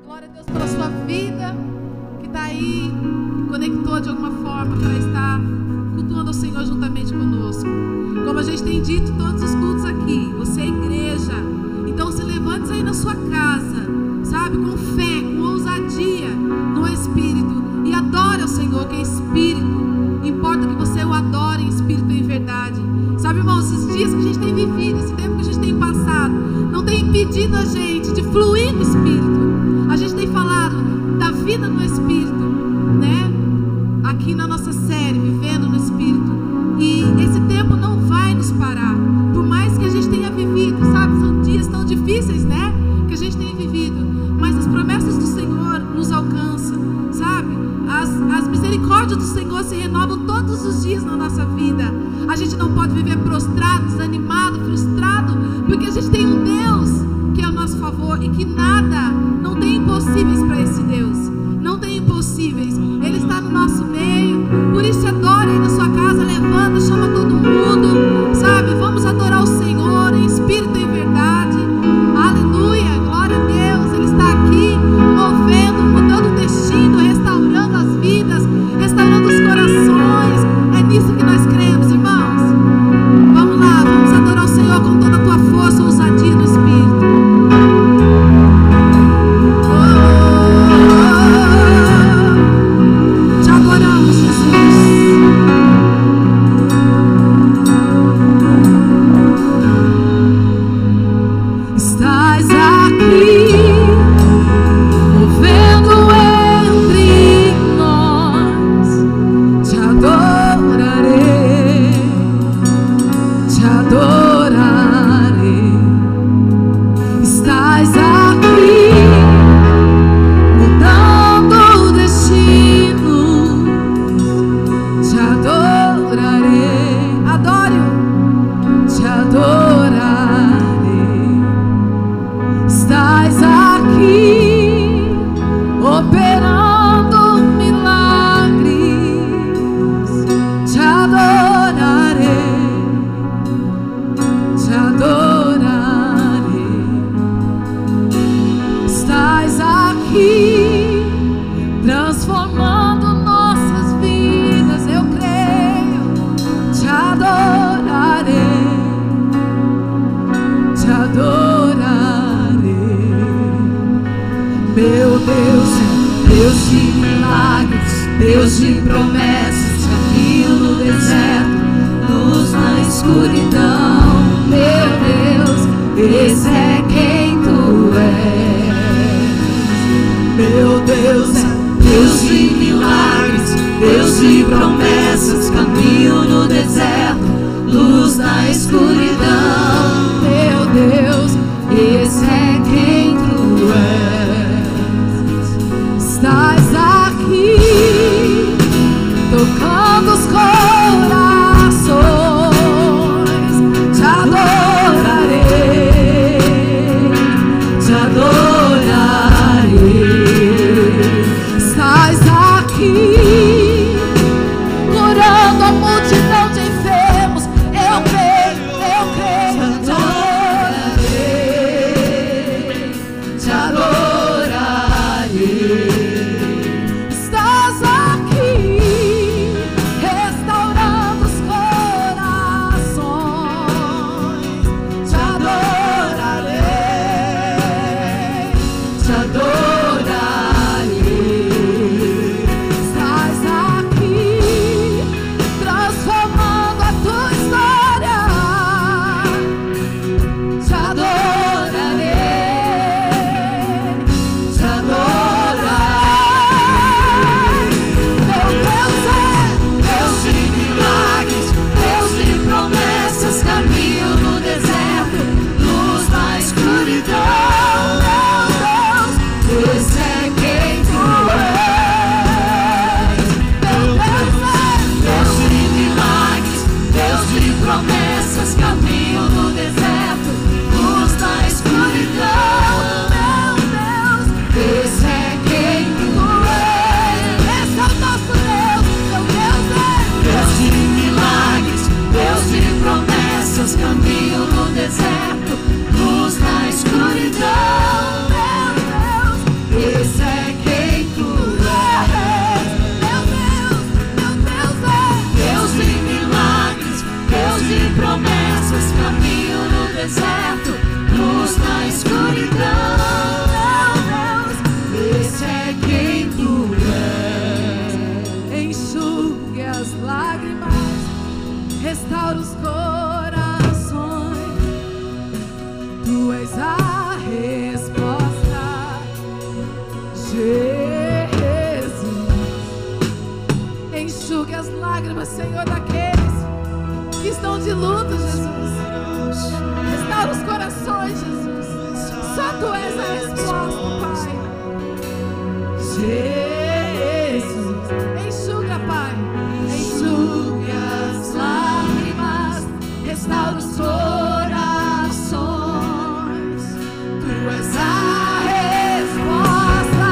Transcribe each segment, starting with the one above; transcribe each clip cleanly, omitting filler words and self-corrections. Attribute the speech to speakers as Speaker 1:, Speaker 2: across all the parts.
Speaker 1: Glória a Deus pela sua vida, que está aí, conectou de alguma forma para estar cultuando ao Senhor juntamente conosco. Como a gente tem dito todos os cultos aqui, você é igreja. Então se levante aí na sua casa, sabe, com fé, com ousadia no Espírito, e adore ao Senhor, que é Espírito. Importa que você o adore em Espírito e em verdade. Sabe, irmãos, esses dias que a gente tem vivido, esse tempo que a gente tem passado, não tem impedido a gente de fluir no Espírito. A gente tem falado da vida no Espírito, né? Aqui na nossa série, Vivendo no Espírito. E esse tempo não vai nos parar. Por mais que a gente tenha vivido, sabe? São dias tão difíceis, né? Que a gente tem vivido. Mas as promessas do Senhor nos alcançam, sabe? As misericórdias do Senhor se renovam todos os dias na nossa vida. A gente não pode viver prostrado, desanimado, frustrado, porque a gente tem um Deus que é ao nosso favor e que nada, não tem impossíveis para esse Deus. Não tem impossíveis. Ele está no nosso meio. Por isso adore aí na sua casa, levanta, chama todo mundo, sabe? Vamos adorar o Senhor em espírito e em verdade. Aleluia, glória a Deus. Ele está aqui movendo, mudando o destino, restaurando as vidas, restaurando os corações. É nisso que nós cremos, irmãos. Vamos lá, vamos adorar o Senhor com toda a tua força, ousadia no Espírito. Te adoramos, Jesus. Estás aqui, movendo entre nós. Te adorarei, te adorarei. Estás aqui, mudando destinos. Te adorarei, adoro, te adorarei. Estás aqui, operando milagres. Te adorarei, te adorarei. Estás aqui, transformando nossas vidas. Eu creio, te adorarei, te adorarei. Meu Deus é Deus de milagres, Deus de promessas, caminho no deserto, luz na escuridão. Meu Deus, esse é quem tu és. Meu Deus é Deus de milagres, Deus de promessas, caminho no deserto, luz na escuridão. Meu Deus, esse é quem tu és. Estás aqui, tocando os corações. Te adorarei, te adorarei. Estás aqui, curando a multidão de enfermos. Eu creio, te adorarei, te adorarei. Estás aqui, restaurando os corações. Te adorarei, te adorarei. Estás aqui, transformando a tua história. Te adorarei, te adorarei. Meu Deus é Deus de milagres, Deus de promessas, caminho no deserto, luz na escuridão. Meu Deus, de luto, Jesus. Restaura os corações, Jesus. Só Tu és a resposta, Pai. Jesus, enxuga, Pai. Enxugue as lágrimas, restaura os corações. Tu és a resposta.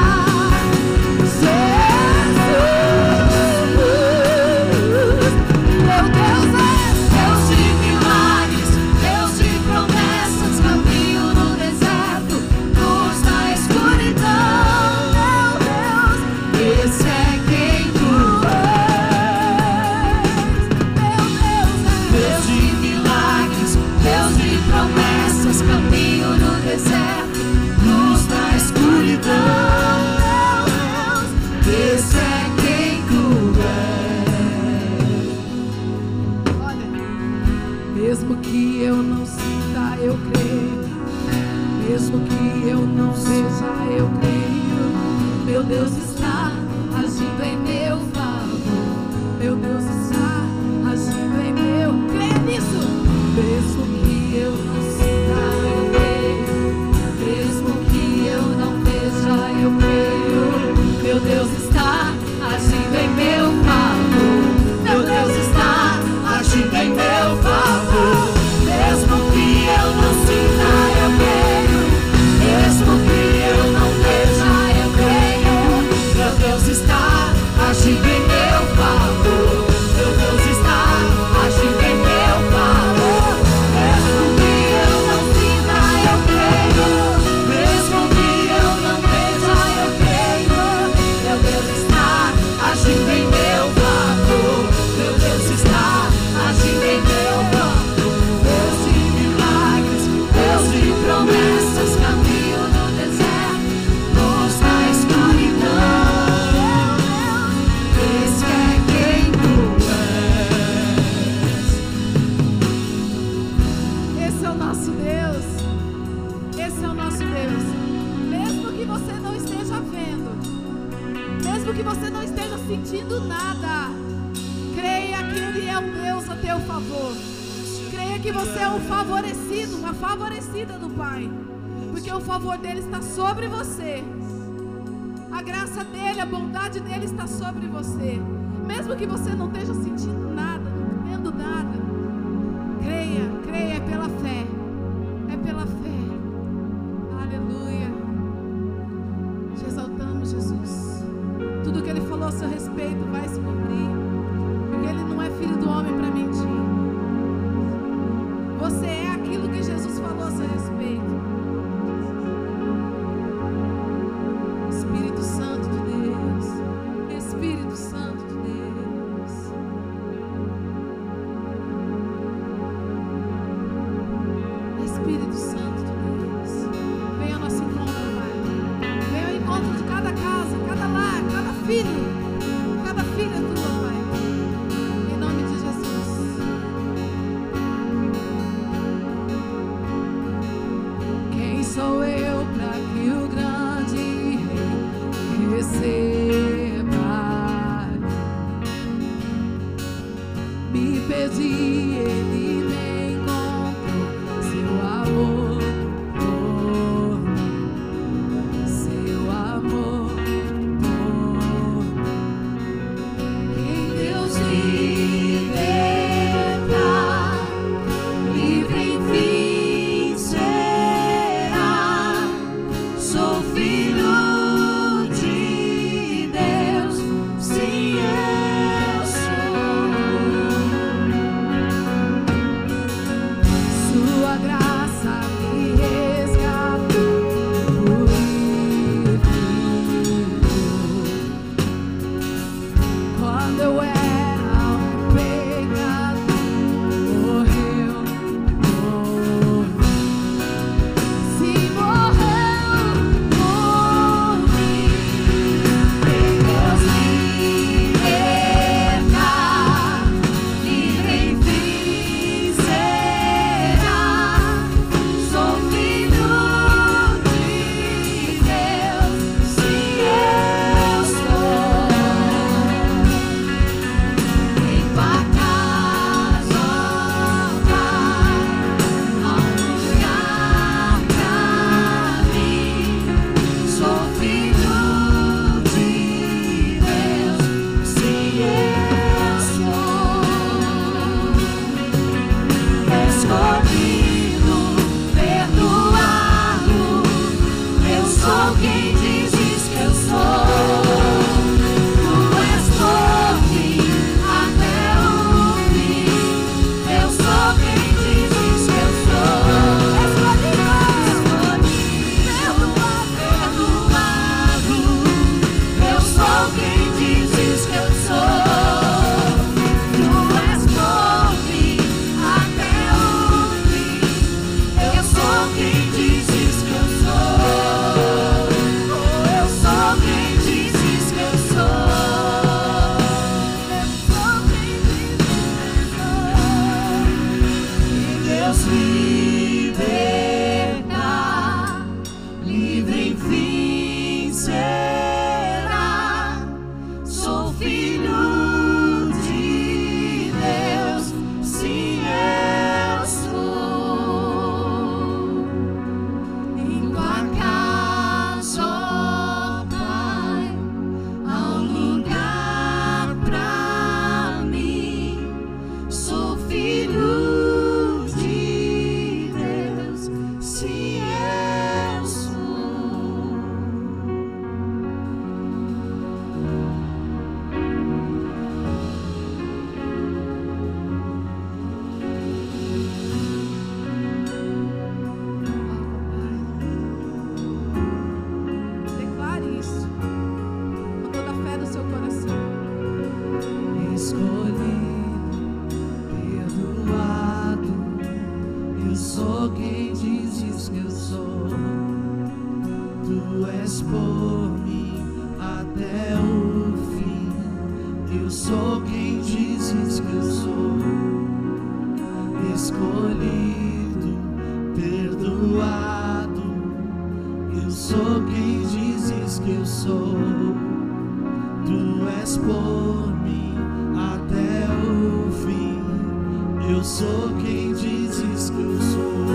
Speaker 1: Mesmo que eu não sinta, eu creio. Mesmo que eu não veja, eu creio. Meu Deus está agindo em meu favor. Meu Deus está agindo em meu. Creia nisso. Mesmo que eu não sinta, eu creio. Mesmo que eu não veja, eu creio. Meu Deus está agindo em meu favor. Meu Deus está agindo em meu favor. Mesmo que eu não sinta, eu creio. Mesmo que eu não veja, eu creio. Meu Deus está agindo em meu favor. Meu Deus está agindo em meu favor. Mesmo que eu não sinta, eu creio. Mesmo que eu não veja, eu creio. Meu Deus está agindo em meu favor. Meu Deus está agindo em meu favor. Deus de milagres, Deus de promessas, caminho no deserto, luz na escuridão. Esse é quem Tu és. Esse é o nosso Deus. Esse é o nosso Deus. Mesmo que você não esteja vendo, mesmo que você não esteja sentindo nada, creia que Ele é um Deus a teu favor. Creia que você é um favorecido, uma favorecida do Pai, porque o favor dele está sobre você. A graça dele, a bondade dele está sobre você. Mesmo que você não esteja sentindo nada, não vendo nada, creia, creia, é pela fé. É pela fé. Aleluia. Te exaltamos, Jesus. Tudo que Ele falou a seu respeito vai se cumprir, porque Ele não é filho do homem para mentir. Você é aquilo que Jesus falou a seu respeito. Espírito Santo de Deus, Espírito Santo de Deus. Espírito Santo de Deus, venha ao nosso encontro, Pai. Venha ao encontro de cada casa, cada lar, cada filho, cada filha tua, Pai. Em nome de Jesus. Quem sou eu para que o grande Rei receba? Me perdi, Ele me encontrou. Seu amor, seu amor por mim.
Speaker 2: és por mim até o fim. Eu sou quem dizes que eu sou, escolhido, perdoado. Eu sou quem dizes que eu sou. Tu és por mim até o fim. Eu sou quem dizes que eu sou.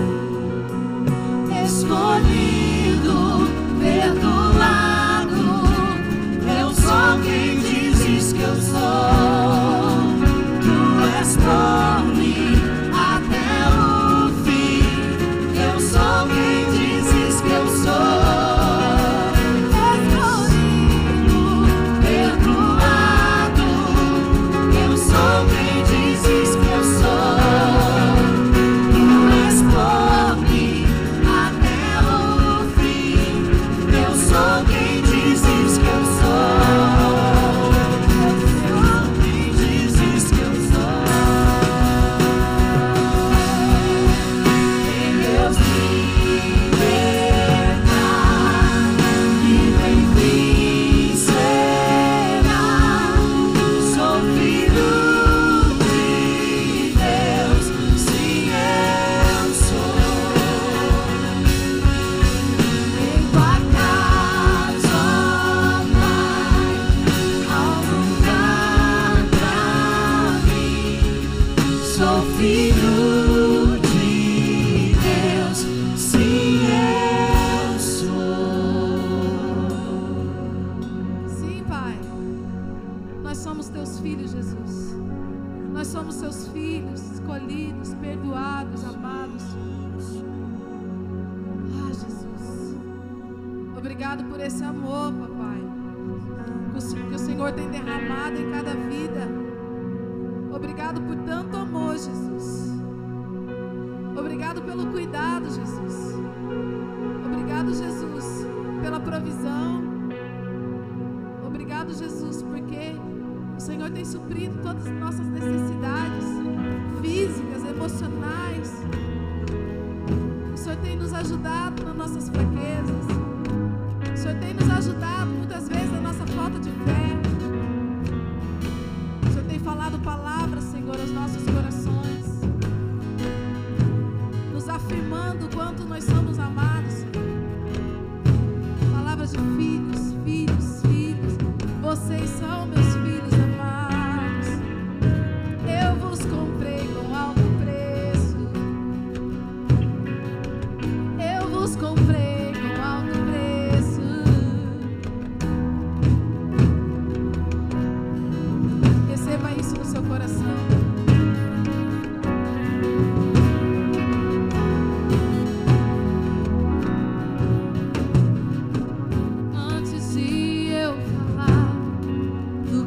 Speaker 2: Escolhido, perdoado. Eu sou quem dizes que eu sou. Tu és por mim até o fim. Eu sou quem dizes que eu sou.
Speaker 1: Obrigado por esse amor, papai, que o Senhor tem derramado em cada vida. Obrigado por tanto amor, Jesus. Obrigado pelo cuidado, Jesus. Obrigado, Jesus, pela provisão. Obrigado, Jesus, porque o Senhor tem suprido todas as nossas necessidades físicas, emocionais. O Senhor tem nos ajudado nas nossas fraquezas. O Senhor tem nos ajudado muitas vezes na nossa falta de fé. O Senhor tem falado palavras, Senhor, aos nossos corações, nos afirmando o quanto nós somos amados, Senhor. Palavras de filhos, filhos, filhos. Vocês são meus filhos amados. Eu vos comprei com alto preço. Eu vos comprei com alto preço. Receba isso no seu coração. Antes de eu falar do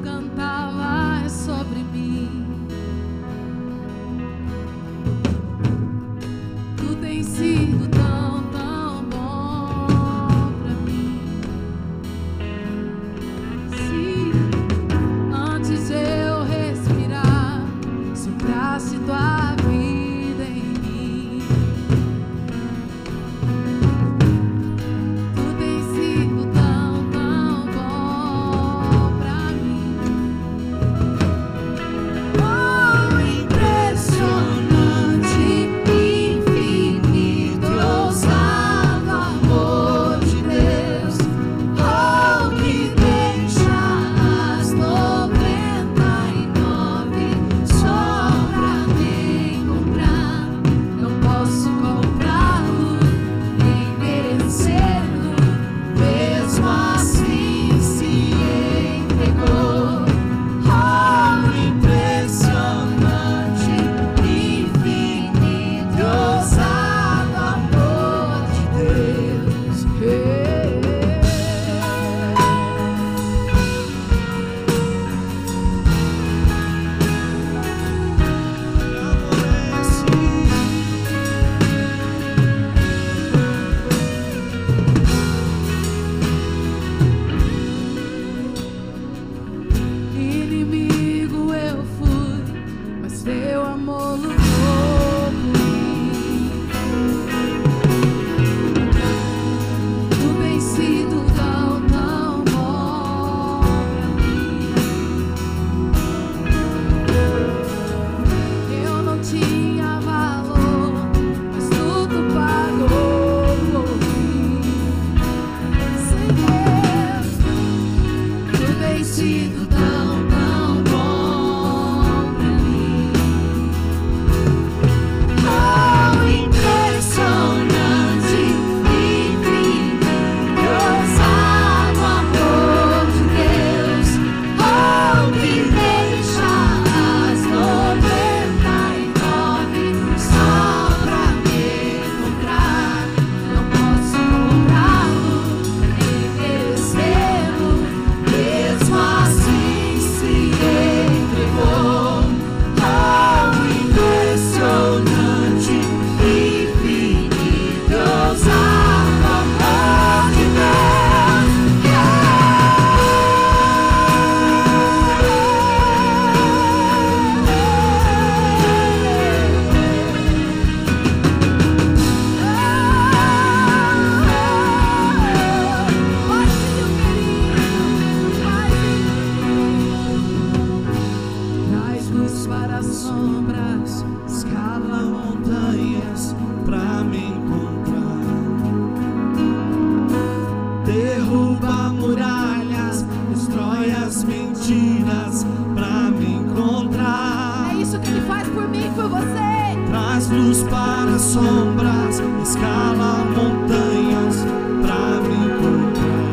Speaker 3: sido tão, tão bom pra mim. Oh, impressionante, infinito, ousado amor de Deus. Oh, que deixa as 99 só pra me encontrar. Não posso comprá-lo, nem merecê-lo, mesmo assim se entregou. Oh, impressionante, infinito, ousado amor de Deus.
Speaker 2: Traz luz para as sombras, escala montanhas pra me encontrar. Derruba muralhas, destrói as mentiras pra me encontrar.
Speaker 1: É isso que Ele faz por mim e por você.
Speaker 2: Traz luz para as sombras, escala montanhas pra me encontrar.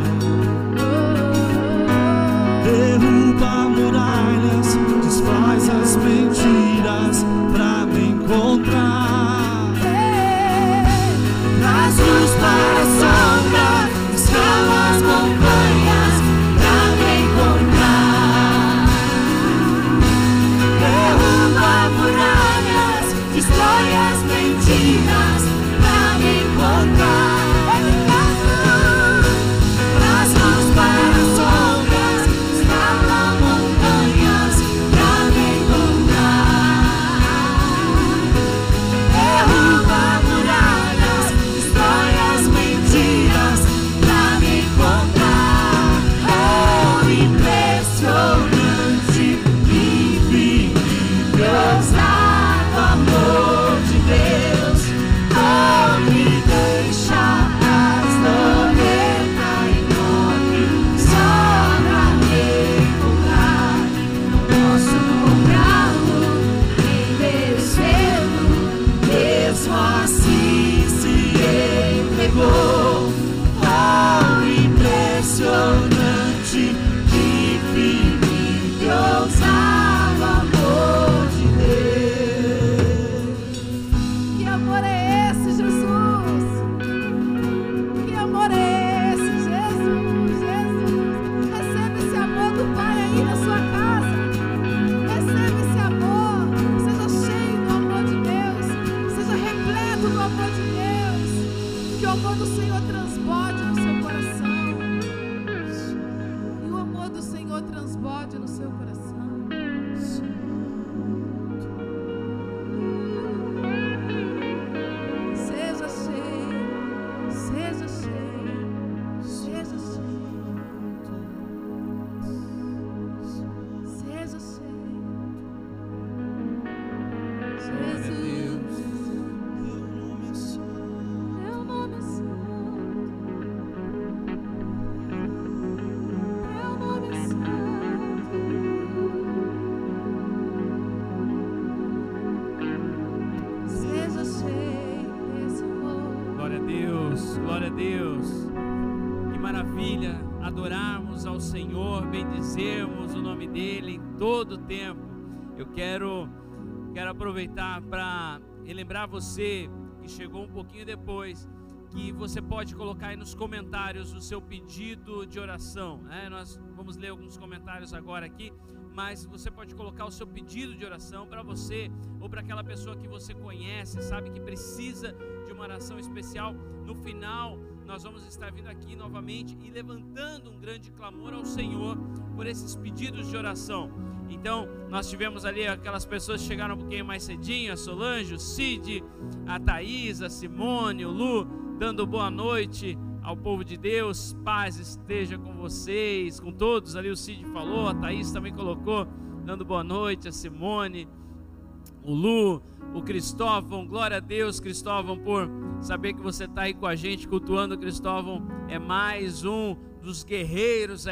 Speaker 2: Derruba muralhas, desfaz as mentiras pra me encontrar. Traz luz para as sombras, escala as montanhas pra me encontrar. Derruba muralhas, destrói as mentiras pra me encontrar. Traz luz para as sombras, escala montanhas pra me encontrar. Derruba muralhas, destrói as mentiras pra me encontrar. Oh, impressionante, infinito, ousado amor de Deus. Oh, me deixa as 99 só pra me encontrar. Não posso comprá-lo, nem merecê-lo, mesmo assim se entregou. Oh, impressionante, infinito, ousado amor de Deus.
Speaker 1: Que amor é esse, Jesus? Que amor é esse, Jesus? Recebe esse amor do Pai aí na sua casa. Recebe esse amor. Seja cheio do amor de Deus. Seja repleto do amor de Deus. Que o amor do Senhor transborde no seu coração. E o amor do Senhor transborde no seu coração. Seja cheio, seja cheio, seja cheio, seja cheio. Jesus, teu nome é santo, teu nome é santo. Seja cheio desse amor.
Speaker 4: Glória a Deus, glória a Deus. Que maravilha adorarmos ao Senhor, bendizermos o nome dEle em todo o tempo. Eu quero aproveitar para relembrar você que chegou um pouquinho depois, que você pode colocar aí nos comentários o seu pedido de oração, né? Nós vamos ler alguns comentários agora aqui, mas você pode colocar o seu pedido de oração para você ou para aquela pessoa que você conhece, sabe que precisa de uma oração especial. No final nós vamos estar vindo aqui novamente e levantando um grande clamor ao Senhor por esses pedidos de oração. Então nós tivemos ali aquelas pessoas que chegaram um pouquinho mais cedinho, a Solange, o Cid, a Thaís, a Simone, o Lu, dando boa noite ao povo de Deus. Paz esteja com vocês, com todos ali. O Cid falou, a Thaís também colocou, dando boa noite, a Simone, o Lu, o Cristóvão. Glória a Deus, Cristóvão, por saber que você está aí com a gente cultuando. Cristóvão é mais um dos guerreiros aí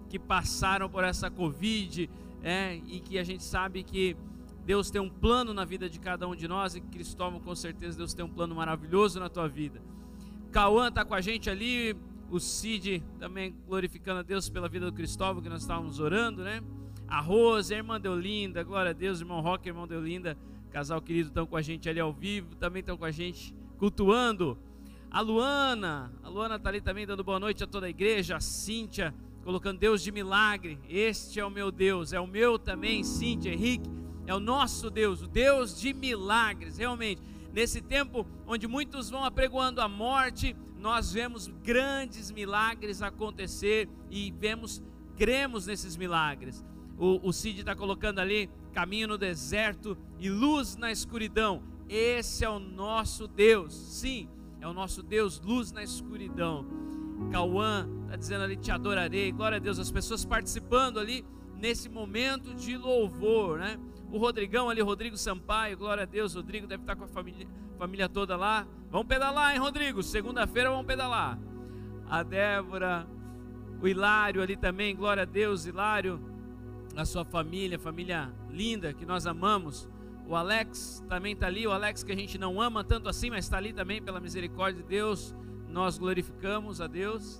Speaker 4: que passaram por essa Covid, e que a gente sabe que Deus tem um plano na vida de cada um de nós, e Cristóvão, com certeza Deus tem um plano maravilhoso na tua vida. Cauã está com a gente ali, o Cid também glorificando a Deus pela vida do Cristóvão, que nós estávamos orando, né? A Rose, a irmã Deolinda, glória a Deus, irmão Roque, irmão Deolinda, casal querido, estão com a gente ali ao vivo, também estão com a gente cultuando. A Luana está ali também dando boa noite a toda a igreja. A Cíntia colocando Deus de milagre, este é o meu Deus, é o meu também. Cíntia, Henrique, é o nosso Deus, o Deus de milagres. Realmente, nesse tempo onde muitos vão apregoando a morte, nós vemos grandes milagres acontecer e cremos nesses milagres. O Cid está colocando ali, caminho no deserto e luz na escuridão. Esse é o nosso Deus, sim, é o nosso Deus, luz na escuridão. Cauã está dizendo ali, te adorarei, glória a Deus. As pessoas participando ali nesse momento de louvor, né? O Rodrigão ali, Rodrigo Sampaio, glória a Deus. Rodrigo deve estar com a família toda lá. Vamos pedalar, hein, Rodrigo? Segunda-feira vamos pedalar. A Débora, o Hilário ali também, glória a Deus, Hilário, a sua família linda que nós amamos. O Alex também está ali, o Alex que a gente não ama tanto assim, mas está ali também pela misericórdia de Deus. Nós glorificamos a Deus.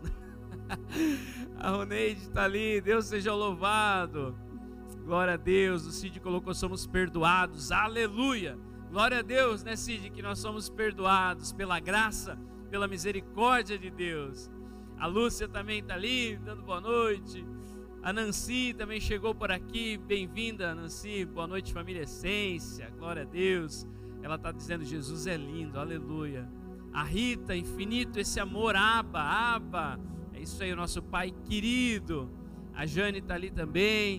Speaker 4: A Roneide está ali, Deus seja louvado. Glória a Deus, o Cid colocou, somos perdoados, aleluia. Glória a Deus, né, Cid, que nós somos perdoados pela graça, pela misericórdia de Deus. A Lúcia também está ali, dando boa noite. A Nancy também chegou por aqui, bem-vinda, Nancy, boa noite, família Essência, glória a Deus. Ela está dizendo, Jesus é lindo, aleluia. A Rita, infinito esse amor, Abba, é isso aí, o nosso Pai querido. A Jane está ali também.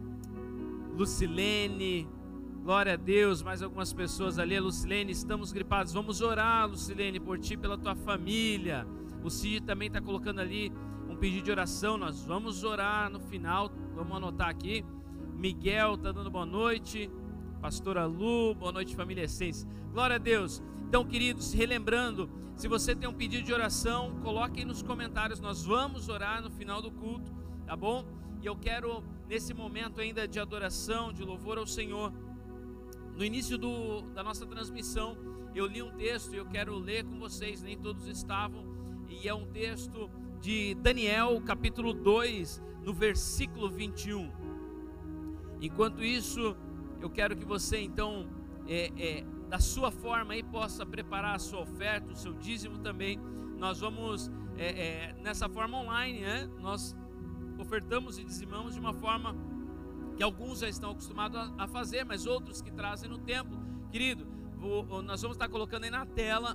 Speaker 4: Lucilene, glória a Deus, mais algumas pessoas ali. Lucilene, estamos gripados, vamos orar, Lucilene, por ti, pela tua família. O Cid também está colocando ali um pedido de oração, nós vamos orar no final, vamos anotar aqui. Miguel está dando boa noite. Pastora Lu, boa noite, família Essência, glória a Deus. Então, queridos, relembrando, se você tem um pedido de oração, coloque aí nos comentários, nós vamos orar no final do culto, tá bom? E eu quero, nesse momento ainda de adoração, de louvor ao Senhor, no início da nossa transmissão, eu li um texto e eu quero ler com vocês, nem todos estavam, e é um texto de Daniel, capítulo 2, no versículo 21. Enquanto isso, eu quero que você, então, da sua forma aí, possa preparar a sua oferta, o seu dízimo também. Nós vamos, nessa forma online, né? Nós ofertamos e dizimamos de uma forma que alguns já estão acostumados a fazer, mas outros que trazem no templo. Querido, nós vamos estar colocando aí na tela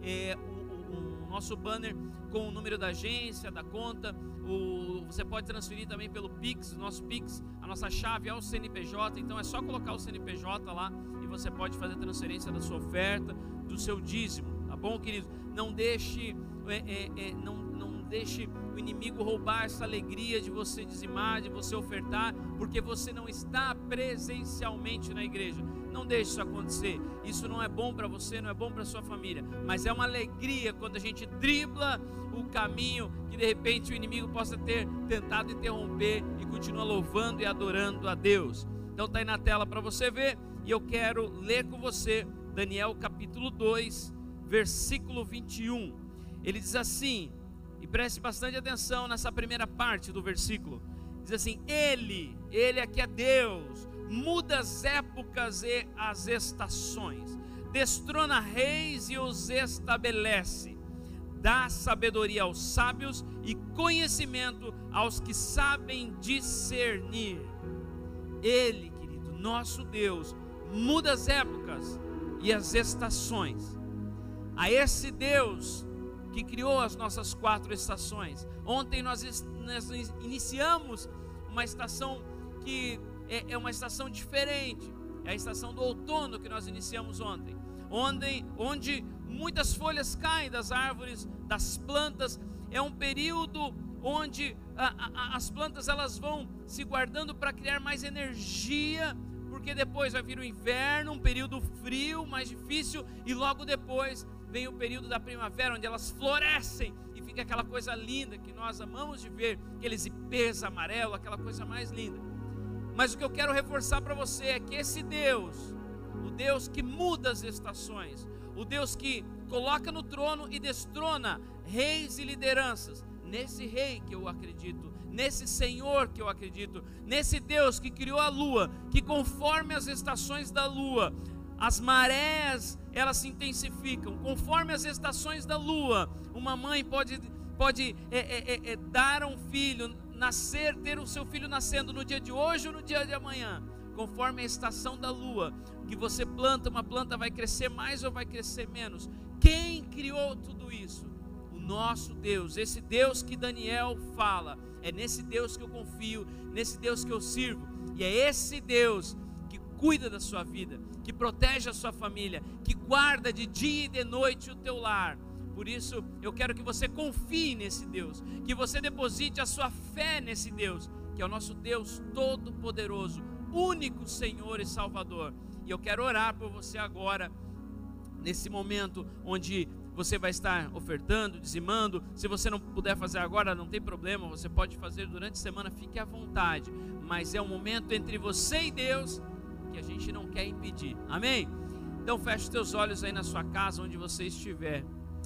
Speaker 4: o nosso banner com o número da agência, da conta. Você pode transferir também pelo Pix, o nosso Pix, a nossa chave é o CNPJ, então é só colocar o CNPJ lá e você pode fazer a transferência da sua oferta, do seu dízimo, tá bom, querido? Não deixe, não deixe o inimigo roubar essa alegria de você dizimar, de você ofertar, porque você não está presencialmente na igreja. Não deixe isso acontecer. Isso não é bom para você, não é bom para sua família, mas é uma alegria quando a gente dribla o caminho que de repente o inimigo possa ter tentado interromper e continua louvando e adorando a Deus. Então está aí na tela para você ver, e eu quero ler com você Daniel capítulo 2, versículo 21. Ele diz assim, e preste bastante atenção nessa primeira parte do versículo. Diz assim, Ele aqui é Deus, muda as épocas e as estações, destrona reis e os estabelece, dá sabedoria aos sábios e conhecimento aos que sabem discernir. Ele, querido, nosso Deus, muda as épocas e as estações. A esse Deus que criou as nossas 4 estações. Ontem nós iniciamos uma estação que é uma estação diferente. É a estação do outono que nós iniciamos ontem, onde muitas folhas caem das árvores, das plantas. É um período onde as plantas elas vão se guardando para criar mais energia, porque depois vai vir o inverno, um período frio, mais difícil, e logo depois vem o período da primavera, onde elas florescem e fica aquela coisa linda que nós amamos de ver, aqueles ipês amarelos, aquela coisa mais linda. Mas o que eu quero reforçar para você é que esse Deus, o Deus que muda as estações, o Deus que coloca no trono e destrona reis e lideranças, nesse rei que eu acredito, nesse Senhor que eu acredito, nesse Deus que criou a lua, que conforme as estações da lua, as marés, elas se intensificam, conforme as estações da lua. Uma mãe pode dar um filho, nascer, ter o seu filho nascendo no dia de hoje ou no dia de amanhã, conforme a estação da lua, que você planta, uma planta vai crescer mais ou vai crescer menos. Quem criou tudo isso? O nosso Deus, esse Deus que Daniel fala, é nesse Deus que eu confio, nesse Deus que eu sirvo, e é esse Deus que cuida da sua vida, que protege a sua família, que guarda de dia e de noite o teu lar. Por isso eu quero que você confie nesse Deus, que você deposite a sua fé nesse Deus, que é o nosso Deus todo-poderoso, único Senhor e Salvador. E eu quero orar por você agora, nesse momento onde você vai estar ofertando, dizimando. Se você não puder fazer agora, não tem problema, você pode fazer durante a semana, fique à vontade, mas é um momento entre você e Deus que a gente não quer impedir, amém? Então feche os teus olhos aí na sua casa, onde você estiver.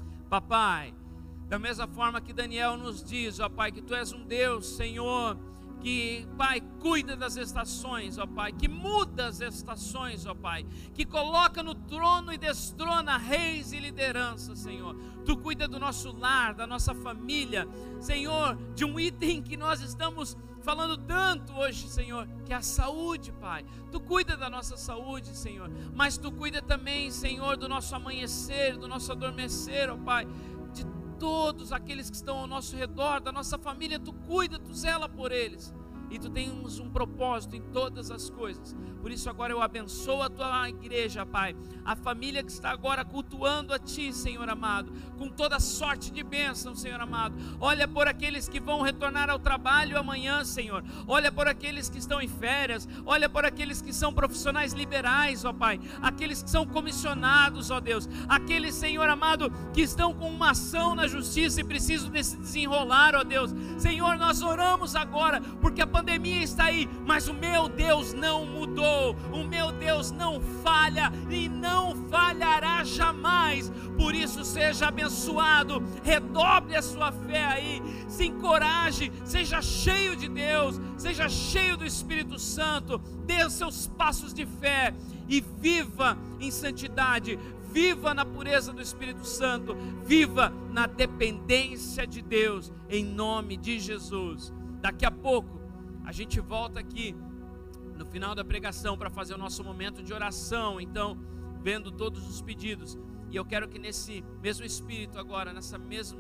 Speaker 4: Papai, da mesma forma que Daniel nos diz, ó Pai, que Tu és um Deus, Senhor, que, Pai, cuida das estações, ó Pai, que muda as estações, ó Pai, que coloca no trono e destrona reis e lideranças, Senhor. Tu cuida do nosso lar, da nossa família, Senhor, de um item que nós estamos falando tanto hoje, Senhor, que é a saúde, Pai. Tu cuida da nossa saúde, Senhor, mas Tu cuida também, Senhor, do nosso amanhecer, do nosso adormecer, ó Pai, de todos aqueles que estão ao nosso redor, da nossa família. Tu cuida, Tu zela por eles, e Tu tens um propósito em todas as coisas. Por isso agora eu abençoo a Tua igreja, Pai, a família que está agora cultuando a Ti, Senhor amado, com toda sorte de bênção, Senhor amado. Olha por aqueles que vão retornar ao trabalho amanhã, Senhor. Olha por aqueles que estão em férias. Olha por aqueles que são profissionais liberais, ó Pai, aqueles que são comissionados, ó Deus, aqueles, Senhor amado, que estão com uma ação na justiça e precisam desse desenrolar, ó Deus. Senhor, nós oramos agora, porque a pandemia está aí, mas o meu Deus não mudou. O meu Deus não falha e não falhará jamais. Por isso seja abençoado, redobre a sua fé aí, se encoraje, seja cheio de Deus, seja cheio do Espírito Santo, dê os seus passos de fé e viva em santidade, viva na pureza do Espírito Santo, viva na dependência de Deus, em nome de Jesus. Daqui a pouco a gente volta aqui no final da pregação para fazer o nosso momento de oração, então, vendo todos os pedidos. E eu quero que nesse mesmo espírito agora, nessa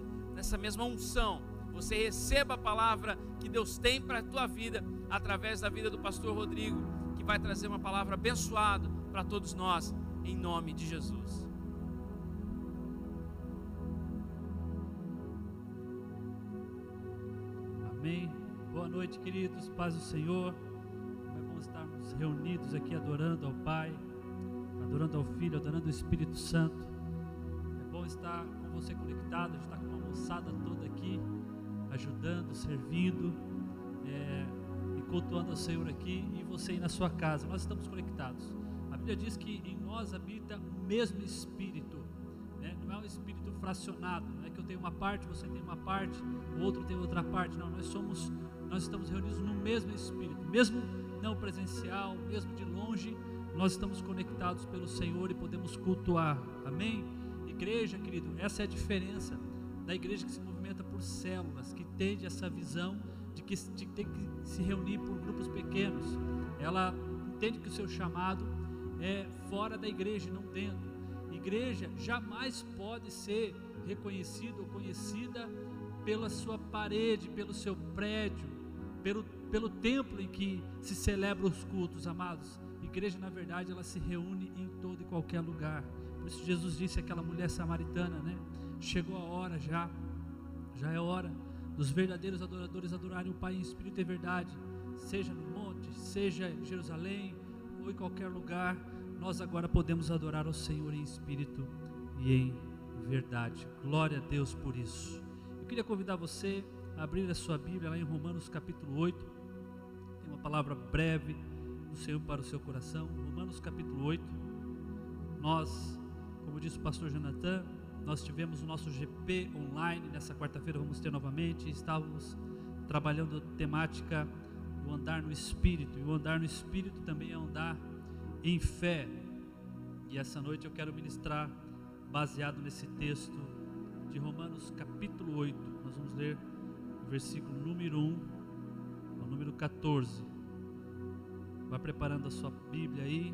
Speaker 4: mesma unção, você receba a palavra que Deus tem para a tua vida, através da vida do pastor Rodrigo, que vai trazer uma palavra abençoada para todos nós, em nome de Jesus.
Speaker 5: Amém. Boa noite, queridos, paz do Senhor. Estarmos reunidos aqui adorando ao Pai, adorando ao Filho, adorando ao Espírito Santo. É bom estar com você conectado, a gente está com uma moçada toda aqui, ajudando, servindo, e cultuando ao Senhor aqui, e você aí na sua casa. Nós estamos conectados. A Bíblia diz que em nós habita o mesmo Espírito, né? Não é um Espírito fracionado, não é que eu tenho uma parte, você tem uma parte, o outro tem outra parte. Não, nós estamos reunidos no mesmo Espírito, mesmo não presencial, mesmo de longe, nós estamos conectados pelo Senhor e podemos cultuar, amém? Igreja, querido, essa é a diferença da igreja que se movimenta por células, que tem essa visão de ter que se reunir por grupos pequenos. Ela entende que o seu chamado é fora da igreja e não dentro. Igreja jamais pode ser reconhecida ou conhecida pela sua parede, pelo seu prédio, pelo templo em que se celebram os cultos, amados. Igreja, na verdade, ela se reúne em todo e qualquer lugar. Por isso Jesus disse àquela mulher samaritana, né? Chegou a hora já é hora dos verdadeiros adoradores adorarem o Pai em espírito e verdade, seja no monte, seja em Jerusalém ou em qualquer lugar. Nós agora podemos adorar ao Senhor em espírito e em verdade. Glória a Deus por isso. Eu queria convidar você a abrir a sua Bíblia lá em Romanos capítulo 8. Tem uma palavra breve do Senhor para o seu coração. Romanos capítulo 8. Nós, como disse o pastor Jonathan, nós tivemos o nosso GP online, nessa quarta-feira vamos ter novamente. Estávamos trabalhando a temática do andar no Espírito, e o andar no Espírito também é andar em fé. E essa noite eu quero ministrar baseado nesse texto de Romanos capítulo 8. Nós vamos ler o versículo número 1 ao número 14. Vai preparando a sua Bíblia aí.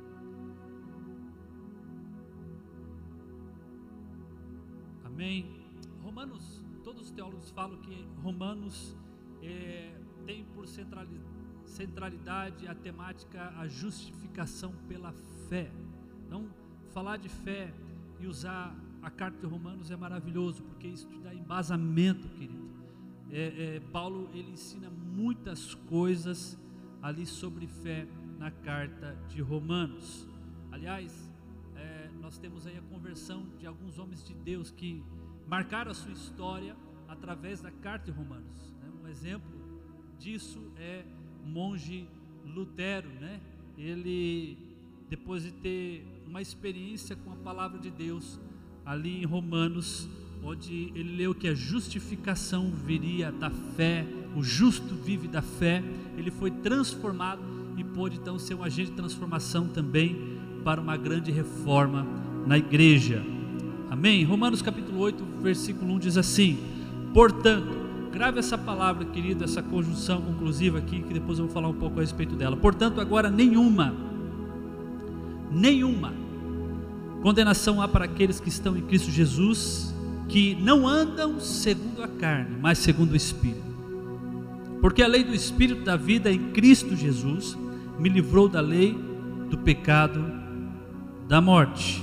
Speaker 5: Amém. Romanos, todos os teólogos falam que Romanos tem por centralidade a temática, a justificação pela fé. Então, falar de fé e usar a carta de Romanos é maravilhoso, porque isso te dá embasamento, querido. Paulo, ele ensina muitas coisas ali sobre fé na carta de Romanos. Aliás, nós temos aí a conversão de alguns homens de Deus que marcaram a sua história através da carta de Romanos, né? Um exemplo disso é o monge Lutero, né? Ele, depois de ter uma experiência com a palavra de Deus ali em Romanos, onde ele leu que a justificação viria da fé, o justo vive da fé, ele foi transformado e pôde então ser um agente de transformação também para uma grande reforma na igreja. Amém? Romanos capítulo 8, versículo 1 diz assim: portanto, grave essa palavra, querido, essa conjunção conclusiva aqui, que depois eu vou falar um pouco a respeito dela. Portanto, agora nenhuma condenação há para aqueles que estão em Cristo Jesus, que não andam segundo a carne, mas segundo o Espírito. Porque a lei do Espírito da vida em Cristo Jesus me livrou da lei do pecado, da morte.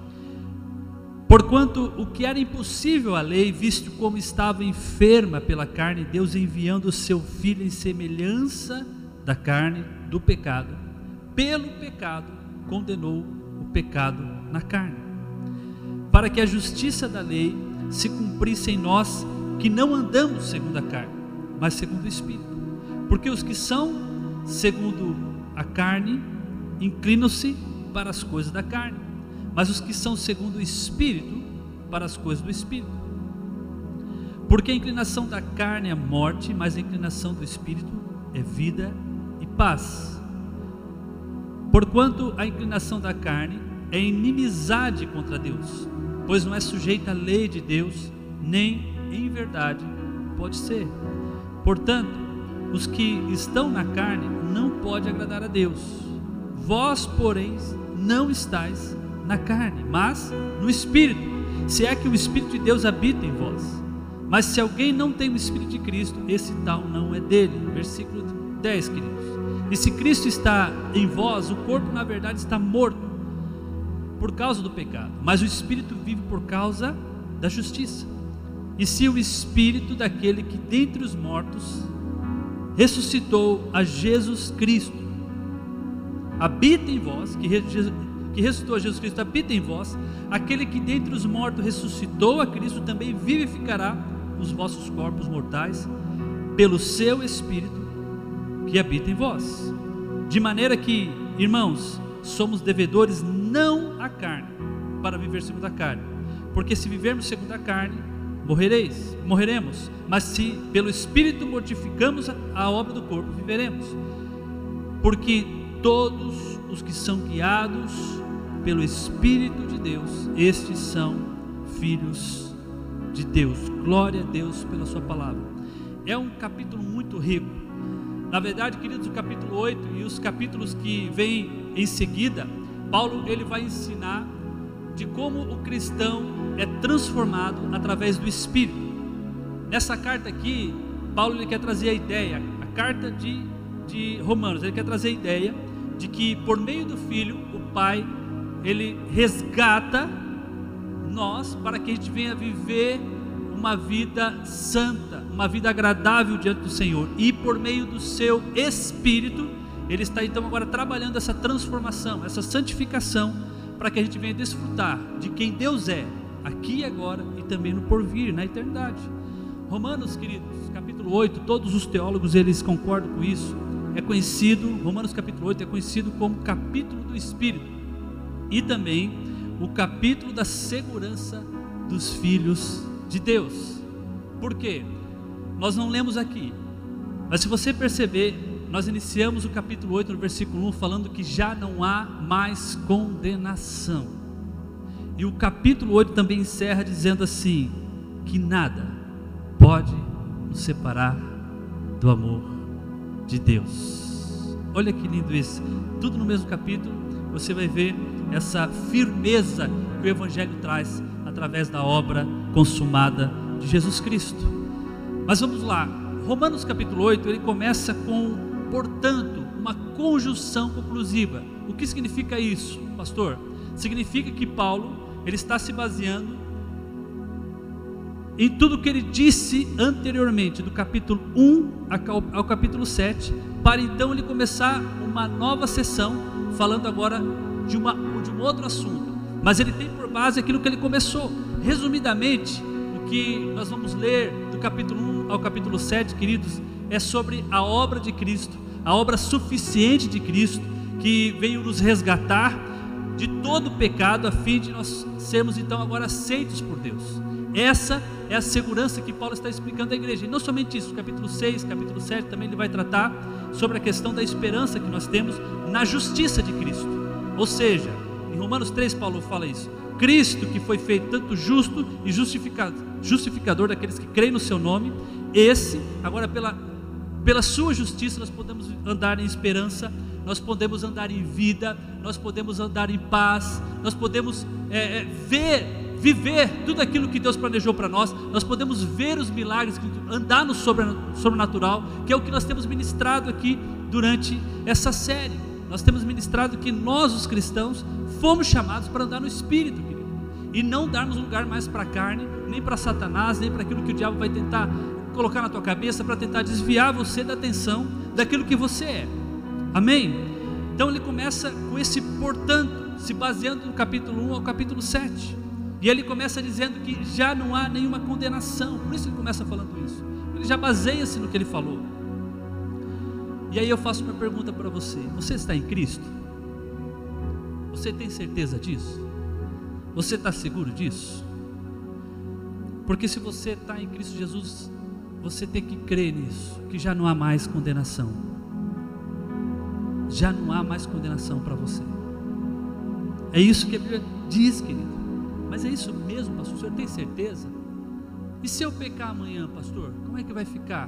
Speaker 5: Porquanto o que era impossível à lei, visto como estava enferma pela carne, Deus enviando o seu Filho em semelhança da carne, do pecado, pelo pecado condenou o pecado na carne, para que a justiça da lei se cumprisse em nós, que não andamos segundo a carne, mas segundo o Espírito. Porque os que são segundo a carne inclinam-se para as coisas da carne, mas os que são segundo o Espírito, para as coisas do Espírito. Porque a inclinação da carne é morte, mas a inclinação do Espírito é vida e paz. Porquanto a inclinação da carne é inimizade contra Deus, pois não é sujeita à lei de Deus, nem em verdade pode ser. Portanto, os que estão na carne não podem agradar a Deus. Vós, porém, não estáis na carne, mas no Espírito, se é que o Espírito de Deus habita em vós. Mas se alguém não tem o Espírito de Cristo, esse tal não é dele. Versículo 10, queridos. E se Cristo está em vós, o corpo na verdade está morto por causa do pecado, mas o Espírito vive por causa da justiça. E se o Espírito daquele que dentre os mortos ressuscitou a Jesus Cristo habita em vós, que ressuscitou a Jesus Cristo habita em vós, aquele que dentre os mortos ressuscitou a Cristo também vivificará os vossos corpos mortais pelo seu Espírito que habita em vós. De maneira que, irmãos, somos devedores não à carne, para viver segundo a carne, porque se vivermos segundo a carne, morreremos, mas se pelo Espírito mortificamos a obra do corpo, viveremos. Porque todos os que são guiados pelo Espírito de Deus, estes são filhos de Deus. Glória a Deus pela sua palavra. É um capítulo muito rico. Na verdade, queridos, o capítulo 8 e os capítulos que vêm em seguida, Paulo ele vai ensinar de como o cristão é transformado através do Espírito. Nessa carta aqui, Paulo ele quer trazer a ideia, a carta de Romanos, ele quer trazer a ideia de que por meio do Filho, o Pai, ele resgata nós para que a gente venha viver uma vida santa, uma vida agradável diante do Senhor, e por meio do seu Espírito, ele está então agora trabalhando essa transformação, essa santificação, para que a gente venha desfrutar de quem Deus é, aqui e agora, e também no porvir, na eternidade. Romanos, queridos, capítulo 8, todos os teólogos eles concordam com isso. É conhecido, Romanos capítulo 8 é conhecido como capítulo do Espírito e também o capítulo da segurança dos filhos de Deus. Por quê? Nós não lemos aqui, mas se você perceber, nós iniciamos o capítulo 8 no versículo 1 falando que já não há mais condenação. E o capítulo 8 também encerra dizendo assim, que nada pode nos separar do amor de Deus. Olha que lindo isso, tudo no mesmo capítulo. Você vai ver essa firmeza que o Evangelho traz através da obra consumada de Jesus Cristo. Mas vamos lá, Romanos capítulo 8, ele começa com, portanto, uma conjunção conclusiva. O que significa isso, pastor? Significa que Paulo, ele está se baseando em tudo que ele disse anteriormente, do capítulo 1 ao capítulo 7, para então ele começar uma nova sessão, falando agora de um outro assunto, mas ele tem por base aquilo que ele começou. Resumidamente, o que nós vamos ler do capítulo 1 ao capítulo 7, queridos, é sobre a obra de Cristo, a obra suficiente de Cristo, que veio nos resgatar de todo o pecado, a fim de nós sermos então agora aceitos por Deus. Essa é a segurança que Paulo está explicando à igreja. E não somente isso, capítulo 6, capítulo 7 também ele vai tratar sobre a questão da esperança que nós temos na justiça de Cristo. Ou seja, em Romanos 3 Paulo fala isso, Cristo que foi feito tanto justo e justificador daqueles que creem no seu nome, esse, agora pela sua justiça nós podemos andar em esperança, nós podemos andar em vida, nós podemos andar em paz, nós podemos viver tudo aquilo que Deus planejou para nós, nós podemos ver os milagres, andar no sobrenatural, que é o que nós temos ministrado aqui durante essa série. Nós temos ministrado que nós, os cristãos, fomos chamados para andar no Espírito, querido, e não darmos lugar mais para a carne, nem para Satanás, nem para aquilo que o diabo vai tentar colocar na tua cabeça, para tentar desviar você da atenção daquilo que você é. Amém? Então ele começa com esse portanto, se baseando no capítulo 1 ao capítulo 7, e ele começa dizendo que já não há nenhuma condenação. Por isso ele começa falando isso, ele já baseia-se no que ele falou. E aí eu faço uma pergunta para você: você está em Cristo? Você tem certeza disso? Você está seguro disso? Porque se você está em Cristo Jesus, você tem que crer nisso, que já não há mais condenação. Já não há mais condenação para você. É isso que a Bíblia diz, querido. Mas é isso mesmo, pastor? O senhor tem certeza? E se eu pecar amanhã, pastor, como é que vai ficar?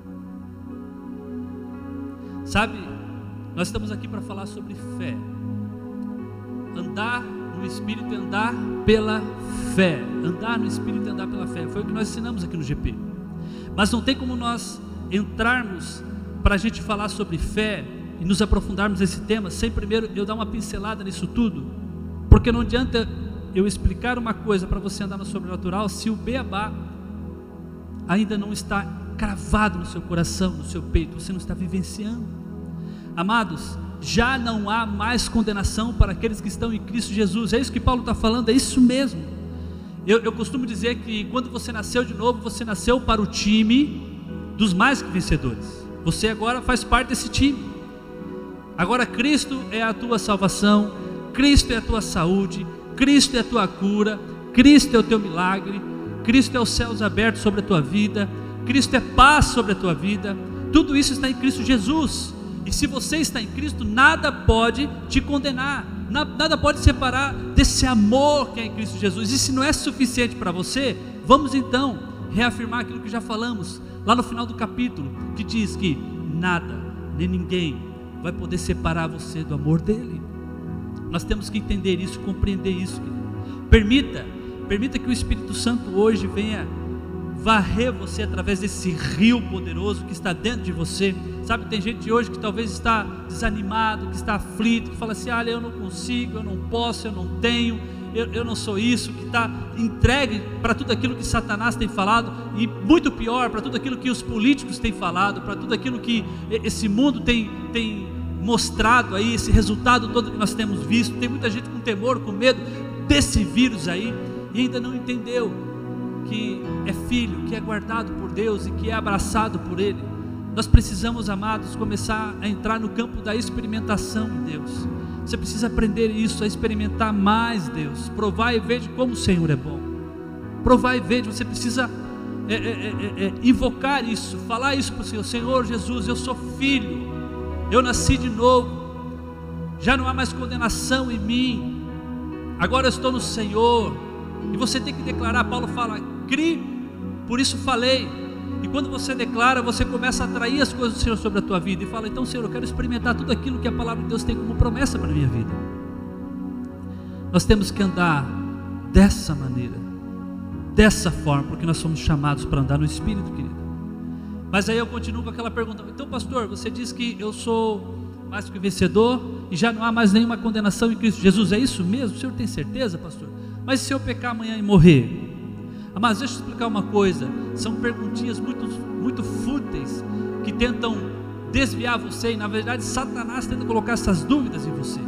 Speaker 5: Sabe, nós estamos aqui para falar sobre fé. Andar no Espírito e andar pela fé. Andar no Espírito e andar pela fé. Foi o que nós ensinamos aqui no GP. Mas não tem como nós entrarmos para a gente falar sobre fé e nos aprofundarmos nesse tema sem primeiro eu dar uma pincelada nisso tudo. Porque não adianta eu explicar uma coisa para você andar no sobrenatural se o beabá ainda não está cravado no seu coração, no seu peito, você não está vivenciando. Amados, já não há mais condenação para aqueles que estão em Cristo Jesus. É isso que Paulo está falando, é isso mesmo. Eu costumo dizer que quando você nasceu de novo, você nasceu para o time dos mais que vencedores. Você agora faz parte desse time. Agora Cristo é a tua salvação, Cristo é a tua saúde, Cristo é a tua cura, Cristo é o teu milagre, Cristo é os céus abertos sobre a tua vida, Cristo é paz sobre a tua vida. Tudo isso está em Cristo Jesus. E se você está em Cristo, nada pode te condenar, nada pode separar desse amor que é em Cristo Jesus. E se não é suficiente para você, vamos então reafirmar aquilo que já falamos lá no final do capítulo, que diz que nada, nem ninguém vai poder separar você do amor dele. Nós temos que entender isso, compreender isso, querido. Permita que o Espírito Santo hoje venha varrer você através desse rio poderoso que está dentro de você. Sabe, tem gente hoje que talvez está desanimado, que está aflito, que fala assim: olha, eu não consigo, eu não posso, eu não tenho, eu não sou isso, que está entregue para tudo aquilo que Satanás tem falado, e muito pior, para tudo aquilo que os políticos têm falado, para tudo aquilo que esse mundo tem mostrado aí, esse resultado todo que nós temos visto. Tem muita gente com temor, com medo desse vírus aí, e ainda não entendeu que é filho, que é guardado por Deus e que é abraçado por Ele. Nós precisamos, amados, começar a entrar no campo da experimentação em Deus. Você precisa aprender isso, a experimentar mais Deus. Provar e ver como o Senhor é bom. Provar e ver, você precisa invocar isso, falar isso para o Senhor. Senhor Jesus, eu sou filho, eu nasci de novo, já não há mais condenação em mim, agora eu estou no Senhor. E você tem que declarar. Paulo fala: crie, por isso falei. E quando você declara, você começa a atrair as coisas do Senhor sobre a tua vida, e fala: então Senhor, eu quero experimentar tudo aquilo que a palavra de Deus tem como promessa para a minha vida. Nós temos que andar dessa maneira, dessa forma, porque nós somos chamados para andar no Espírito, querido. Mas aí eu continuo com aquela pergunta: então pastor, você diz que eu sou mais que vencedor e já não há mais nenhuma condenação em Cristo Jesus, é isso mesmo? O senhor tem certeza, pastor? Mas se eu pecar amanhã e morrer? Mas deixa eu explicar uma coisa, são perguntinhas muito fúteis, que tentam desviar você, e na verdade Satanás tenta colocar essas dúvidas em você.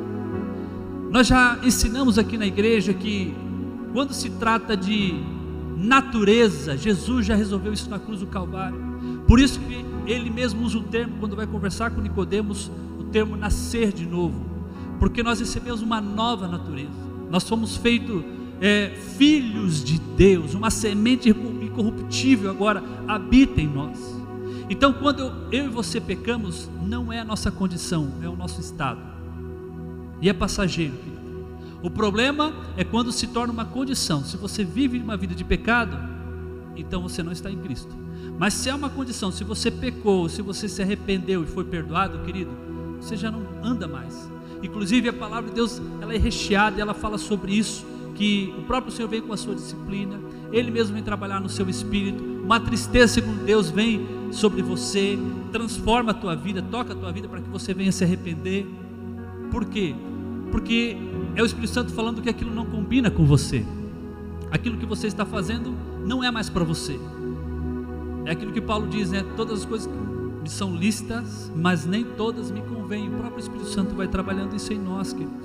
Speaker 5: Nós já ensinamos aqui na igreja que quando se trata de natureza, Jesus já resolveu isso na cruz do Calvário. Por isso que ele mesmo usa o termo, quando vai conversar com Nicodemos, o termo nascer de novo, porque nós recebemos uma nova natureza. Nós somos feitos filhos de Deus, uma semente incorruptível agora habita em nós. Então quando eu e você pecamos, não é a nossa condição, é o nosso estado, e é passageiro, querido. O problema é quando se torna uma condição. Se você vive uma vida de pecado, então você não está em Cristo. Mas se é uma condição, se você pecou, se você se arrependeu e foi perdoado, querido, você já não anda mais. Inclusive a palavra de Deus, ela é recheada, ela fala sobre isso, que o próprio Senhor vem com a sua disciplina, Ele mesmo vem trabalhar no seu espírito. Uma tristeza segundo Deus vem sobre você, transforma a tua vida, toca a tua vida para que você venha se arrepender. Por quê? Porque é o Espírito Santo falando que aquilo não combina com você, aquilo que você está fazendo não é mais para você. É aquilo que Paulo diz, né? Todas as coisas me são lícitas, mas nem todas me convêm. O próprio Espírito Santo vai trabalhando isso em nós, queridos.